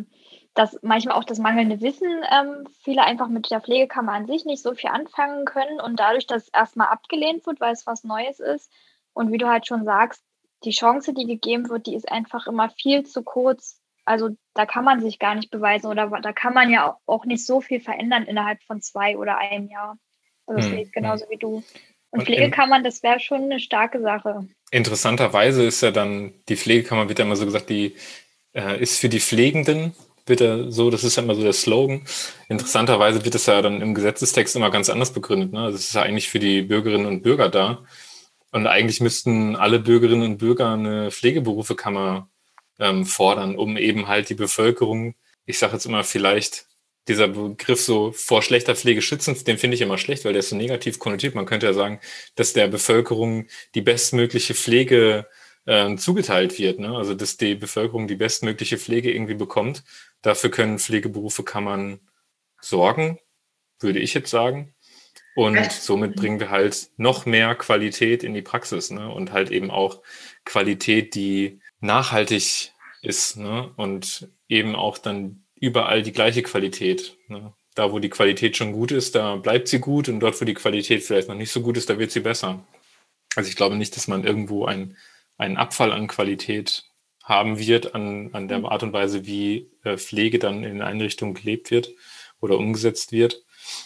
dass manchmal auch das mangelnde Wissen viele einfach mit der Pflegekammer an sich nicht so viel anfangen können und dadurch, dass erstmal abgelehnt wird, weil es was Neues ist. Und wie du halt schon sagst, die Chance, die gegeben wird, die ist einfach immer viel zu kurz. Also da kann man sich gar nicht beweisen oder da kann man ja auch nicht so viel verändern innerhalb von 2 oder 1 Jahr. Also das sehe ich genauso wie du. Und Pflegekammern, das wäre schon eine starke Sache. Interessanterweise ist ja dann, die Pflegekammer wird ja immer so gesagt, die ist für die Pflegenden, wird ja so, das ist ja immer so der Slogan. Interessanterweise wird es ja dann im Gesetzestext immer ganz anders begründet, ne? Also es ist ja eigentlich für die Bürgerinnen und Bürger da. Und eigentlich müssten alle Bürgerinnen und Bürger eine Pflegeberufekammer fordern, um eben halt die Bevölkerung, ich sage jetzt immer vielleicht, dieser Begriff so vor schlechter Pflege schützen, den finde ich immer schlecht, weil der ist so negativ konnotiert. Man könnte ja sagen, dass der Bevölkerung die bestmögliche Pflege zugeteilt wird, ne? Also dass die Bevölkerung die bestmögliche Pflege irgendwie bekommt. Dafür können Pflegeberufekammern sorgen, würde ich jetzt sagen. Und somit bringen wir halt noch mehr Qualität in die Praxis, ne? Und halt eben auch Qualität, die nachhaltig ist, ne? Und eben auch dann überall die gleiche Qualität, ne? Da, wo die Qualität schon gut ist, da bleibt sie gut, und dort, wo die Qualität vielleicht noch nicht so gut ist, da wird sie besser. Also ich glaube nicht, dass man irgendwo einen Abfall an Qualität haben wird, an der Art und Weise, wie Pflege dann in Einrichtungen gelebt wird oder umgesetzt wird.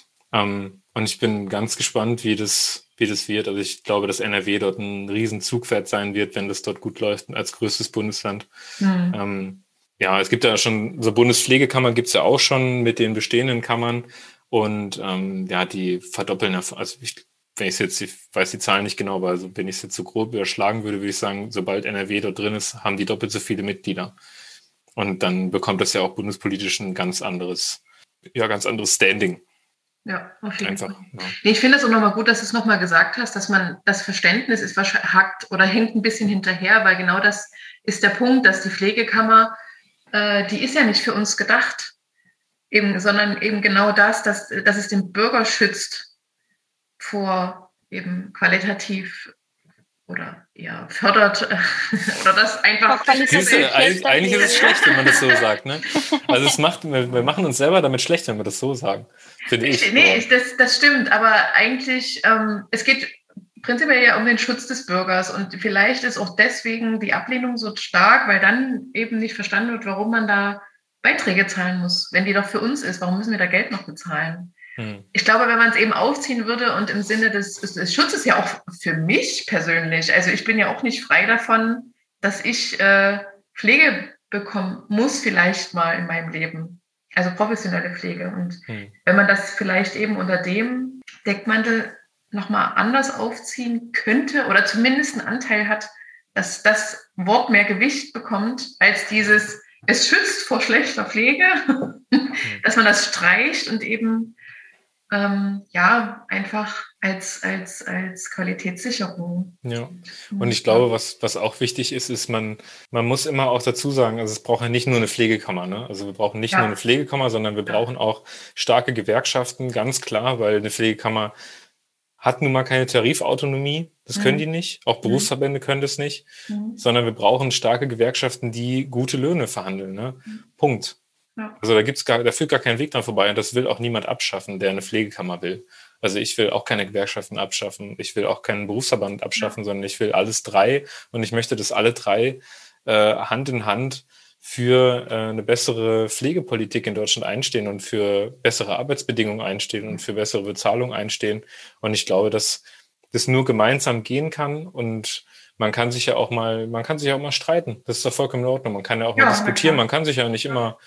Und ich bin ganz gespannt, wie das wird. Also ich glaube, dass NRW dort ein riesen Zugpferd sein wird, wenn das dort gut läuft, als größtes Bundesland. Ja, es gibt ja schon, so Bundespflegekammern gibt es ja auch schon mit den bestehenden Kammern, und die verdoppeln, also ich weiß die Zahlen nicht genau, aber also wenn ich es jetzt so grob überschlagen würde ich sagen, sobald NRW dort drin ist, haben die doppelt so viele Mitglieder. Und dann bekommt das ja auch bundespolitisch ein ganz anderes Standing. Ja, auf jeden Fall. Ja. Nee, ich finde es auch nochmal gut, dass du es nochmal gesagt hast, dass man das Verständnis hängt ein bisschen hinterher, weil genau das ist der Punkt, dass die Pflegekammer, die ist ja nicht für uns gedacht, eben, sondern eben genau dass es den Bürger schützt vor eben qualitativ oder eher fördert oder das einfach. Eigentlich ist es schlecht, wenn man das so sagt. Ne? Also wir machen uns selber damit schlecht, wenn wir das so sagen, finde ich. Nee, das stimmt, aber eigentlich, es geht prinzipiell ja um den Schutz des Bürgers und vielleicht ist auch deswegen die Ablehnung so stark, weil dann eben nicht verstanden wird, warum man da Beiträge zahlen muss, wenn die doch für uns ist. Warum müssen wir da Geld noch bezahlen? Ich glaube, wenn man es eben aufziehen würde und im Sinne des Schutzes ja auch für mich persönlich, also ich bin ja auch nicht frei davon, dass ich Pflege bekommen muss vielleicht mal in meinem Leben, also professionelle Pflege. Und wenn man das vielleicht eben unter dem Deckmantel nochmal anders aufziehen könnte oder zumindest einen Anteil hat, dass das Wort mehr Gewicht bekommt als dieses, es schützt vor schlechter Pflege, dass man das streicht und eben einfach als Qualitätssicherung. Ja, und ich glaube, was auch wichtig ist, man muss immer auch dazu sagen, also es braucht ja nicht nur eine Pflegekammer, ne? Also wir brauchen nicht nur eine Pflegekammer, sondern wir brauchen auch starke Gewerkschaften, ganz klar, weil eine Pflegekammer hat nun mal keine Tarifautonomie, das können die nicht, auch Berufsverbände können das nicht, sondern wir brauchen starke Gewerkschaften, die gute Löhne verhandeln, ne? Punkt. Ja. Also da führt gar kein Weg dran vorbei und das will auch niemand abschaffen, der eine Pflegekammer will. Also ich will auch keine Gewerkschaften abschaffen, ich will auch keinen Berufsverband abschaffen, sondern ich will alles drei und ich möchte, dass alle drei Hand in Hand für eine bessere Pflegepolitik in Deutschland einstehen und für bessere Arbeitsbedingungen einstehen und für bessere Bezahlung einstehen. Und ich glaube, dass das nur gemeinsam gehen kann und man kann sich ja auch mal streiten. Das ist doch vollkommen in Ordnung. Man kann ja auch mal diskutieren. Man kann sich ja nicht immer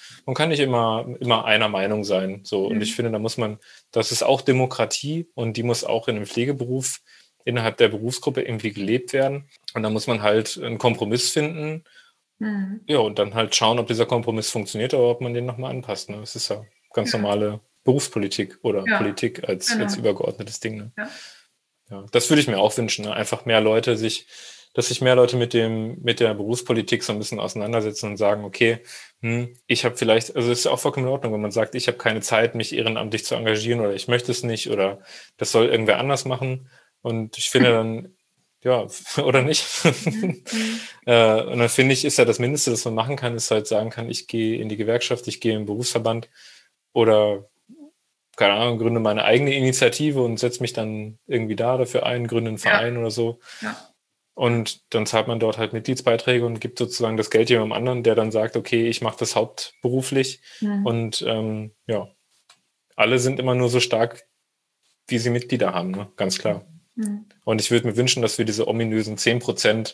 einer Meinung sein. So. Und ich finde, das ist auch Demokratie und die muss auch in einem Pflegeberuf innerhalb der Berufsgruppe irgendwie gelebt werden. Und da muss man halt einen Kompromiss finden. Ja, und dann halt schauen, ob dieser Kompromiss funktioniert oder ob man den nochmal anpasst. Ne? Das ist ja ganz normale Berufspolitik oder Politik als übergeordnetes Ding. Ne? Ja, das würde ich mir auch wünschen. Ne? Einfach dass sich mehr Leute mit der Berufspolitik so ein bisschen auseinandersetzen und sagen, okay, ich habe vielleicht, also es ist ja auch vollkommen in Ordnung, wenn man sagt, ich habe keine Zeit, mich ehrenamtlich zu engagieren oder ich möchte es nicht oder das soll irgendwer anders machen. Und ich finde dann, ja, oder nicht. Und dann finde ich, ist ja das Mindeste, das man machen kann, ist halt sagen kann, ich gehe in die Gewerkschaft, ich gehe im Berufsverband oder keine Ahnung, gründe meine eigene Initiative und setze mich dann irgendwie dafür ein, gründe einen Verein oder so. Ja. Und dann zahlt man dort halt Mitgliedsbeiträge und gibt sozusagen das Geld jemandem anderen, der dann sagt, okay, ich mache das hauptberuflich. Und alle sind immer nur so stark, wie sie Mitglieder haben, ne? Ganz klar. Und ich würde mir wünschen, dass wir diese ominösen 10%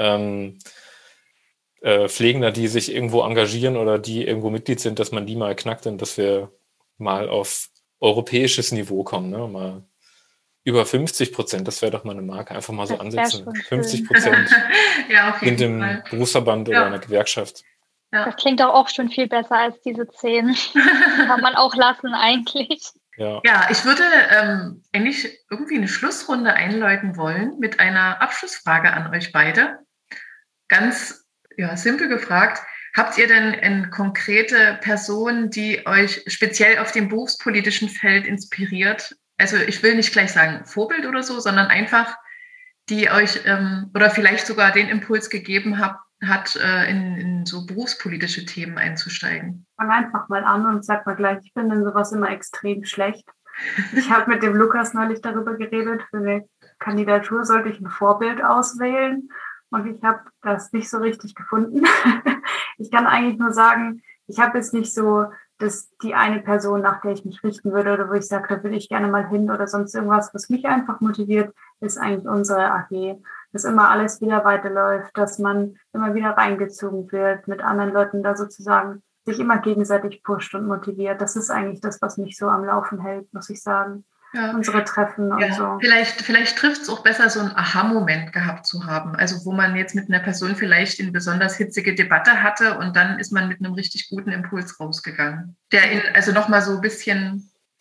Pflegender, die sich irgendwo engagieren oder die irgendwo Mitglied sind, dass man die mal knackt und dass wir mal auf europäisches Niveau kommen, ne? Mal über 50%, das wäre doch mal eine Marke, einfach mal so ansetzen. 50% sind im Berufsverband oder einer Gewerkschaft. Ja. Das klingt auch schon viel besser als diese 10. Kann man auch lassen eigentlich. Ja, ich würde eigentlich irgendwie eine Schlussrunde einläuten wollen mit einer Abschlussfrage an euch beide. Ganz simpel gefragt, habt ihr denn eine konkrete Person, die euch speziell auf dem berufspolitischen Feld inspiriert? Also ich will nicht gleich sagen Vorbild oder so, sondern einfach, die euch oder vielleicht sogar den Impuls gegeben hat, in so berufspolitische Themen einzusteigen. Fang einfach mal an und sag mal gleich, ich bin in sowas immer extrem schlecht. Ich habe mit dem Lukas neulich darüber geredet, für eine Kandidatur sollte ich ein Vorbild auswählen und ich habe das nicht so richtig gefunden. Ich kann eigentlich nur sagen, ich habe jetzt nicht so die eine Person, nach der ich mich richten würde oder wo ich sage, da will ich gerne mal hin oder sonst irgendwas. Was mich einfach motiviert, ist eigentlich unsere AG, dass immer alles wieder weiterläuft, dass man immer wieder reingezogen wird, mit anderen Leuten da sozusagen sich immer gegenseitig pusht und motiviert. Das ist eigentlich das, was mich so am Laufen hält, muss ich sagen. Ja. Unsere Treffen und so. Vielleicht trifft es auch besser, so einen Aha-Moment gehabt zu haben. Also wo man jetzt mit einer Person vielleicht eine besonders hitzige Debatte hatte und dann ist man mit einem richtig guten Impuls rausgegangen. Der also nochmal so ein bisschen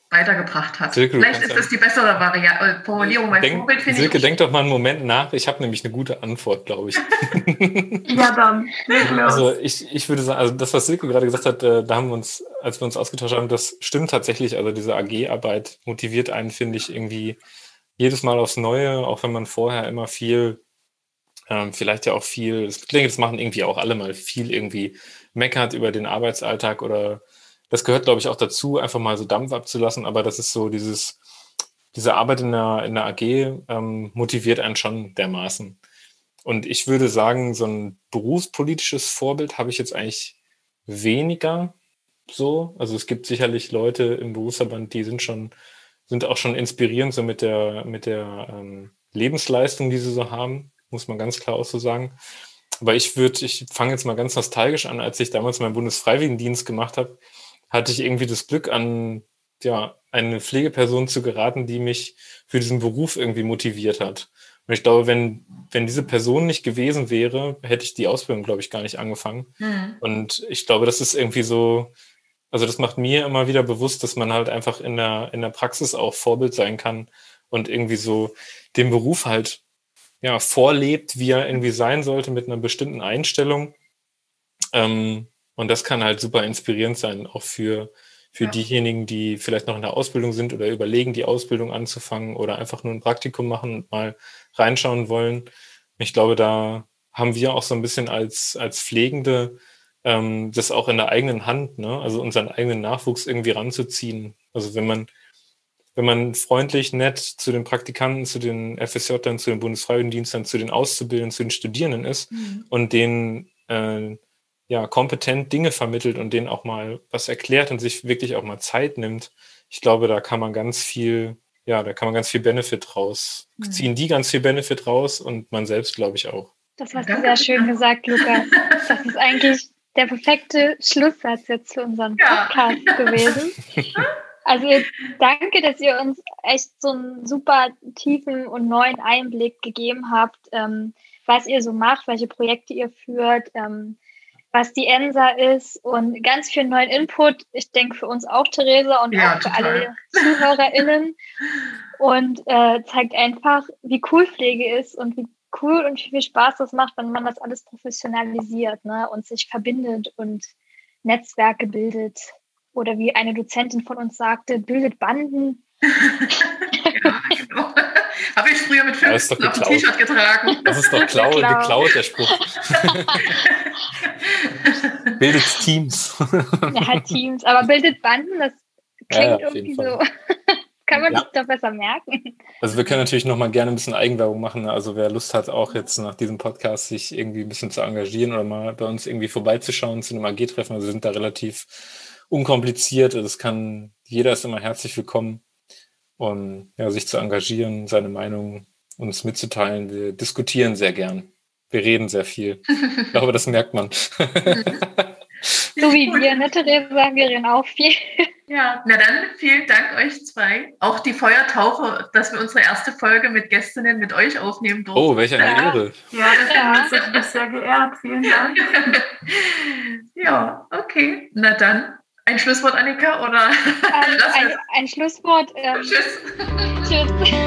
weitergebracht hat. Silke, Vielleicht ist das die bessere Formulierung. Vorbild finde Silke, denk doch mal einen Moment nach. Ich habe nämlich eine gute Antwort, glaube ich. Ja, dann. Also ich würde sagen, also das, was Silke gerade gesagt hat, da haben wir uns, als wir uns ausgetauscht haben, das stimmt tatsächlich. Also diese AG-Arbeit motiviert einen, finde ich, irgendwie jedes Mal aufs Neue, auch wenn man vorher immer viel, vielleicht ja auch viel, das machen irgendwie auch alle mal, viel irgendwie meckert über den Arbeitsalltag oder das gehört, glaube ich, auch dazu, einfach mal so Dampf abzulassen, aber das ist so diese Arbeit in der AG motiviert einen schon dermaßen. Und ich würde sagen, so ein berufspolitisches Vorbild habe ich jetzt eigentlich weniger so. Also es gibt sicherlich Leute im Berufsverband, die sind auch schon inspirierend, so mit der Lebensleistung, die sie so haben, muss man ganz klar auch so sagen. Aber ich fange jetzt mal ganz nostalgisch an, als ich damals meinen Bundesfreiwilligendienst gemacht habe, hatte ich irgendwie das Glück, an eine Pflegeperson zu geraten, die mich für diesen Beruf irgendwie motiviert hat. Und ich glaube, wenn diese Person nicht gewesen wäre, hätte ich die Ausbildung, glaube ich, gar nicht angefangen. Mhm. Und ich glaube, das ist irgendwie so, also das macht mir immer wieder bewusst, dass man halt einfach in der Praxis auch Vorbild sein kann und irgendwie so den Beruf halt vorlebt, wie er irgendwie sein sollte, mit einer bestimmten Einstellung. Und das kann halt super inspirierend sein, auch für diejenigen, die vielleicht noch in der Ausbildung sind oder überlegen, die Ausbildung anzufangen oder einfach nur ein Praktikum machen und mal reinschauen wollen. Ich glaube, da haben wir auch so ein bisschen als Pflegende das auch in der eigenen Hand, ne? Also unseren eigenen Nachwuchs irgendwie ranzuziehen. Also wenn man freundlich, nett zu den Praktikanten, zu den FSJern, zu den Bundesfreiwilligendienstern, zu den Auszubildenden, zu den Studierenden ist und denen kompetent Dinge vermittelt und denen auch mal was erklärt und sich wirklich auch mal Zeit nimmt. Ich glaube, da kann man ganz viel Benefit raus, ziehen die ganz viel Benefit raus und man selbst, glaube ich, auch. Das hast du sehr schön gesagt, Lukas. Das ist eigentlich der perfekte Schlusssatz jetzt für unseren Podcast gewesen. Also danke, dass ihr uns echt so einen super tiefen und neuen Einblick gegeben habt, was ihr so macht, welche Projekte ihr führt, was die ENSA ist und ganz viel neuen Input. Ich denke für uns auch, Theresa, und auch für alle ZuhörerInnen. Und zeigt einfach, wie cool Pflege ist und wie cool und wie viel Spaß das macht, wenn man das alles professionalisiert, ne, und sich verbindet und Netzwerke bildet. Oder wie eine Dozentin von uns sagte, bildet Banden. Ja, genau. Habe ich früher mit 15 auf dem T-Shirt getragen. Das ist doch geklaut, der Spruch. Bildet Teams. Ja, Teams. Aber bildet Banden, das klingt irgendwie so. Kann man sich doch besser merken. Also wir können natürlich noch mal gerne ein bisschen Eigenwerbung machen. Also wer Lust hat, auch jetzt nach diesem Podcast sich irgendwie ein bisschen zu engagieren oder mal bei uns irgendwie vorbeizuschauen zu einem AG-Treffen. Also wir sind da relativ unkompliziert. Also jeder ist immer herzlich willkommen, um sich zu engagieren, seine Meinung uns mitzuteilen. Wir diskutieren sehr gern. Wir reden sehr viel. Ich glaube, das merkt man. So wie wir, ne, Theresa? Wir reden auch viel. Ja, na dann vielen Dank euch zwei. Auch die Feuertaufe, dass wir unsere erste Folge mit Gästinnen mit euch aufnehmen durften. Oh, welche eine Ehre. Ja, das hat mich sehr geehrt. Vielen Dank. Ja, okay. Na dann, ein Schlusswort, Annika? Oder ein Schlusswort. Tschüss. Tschüss.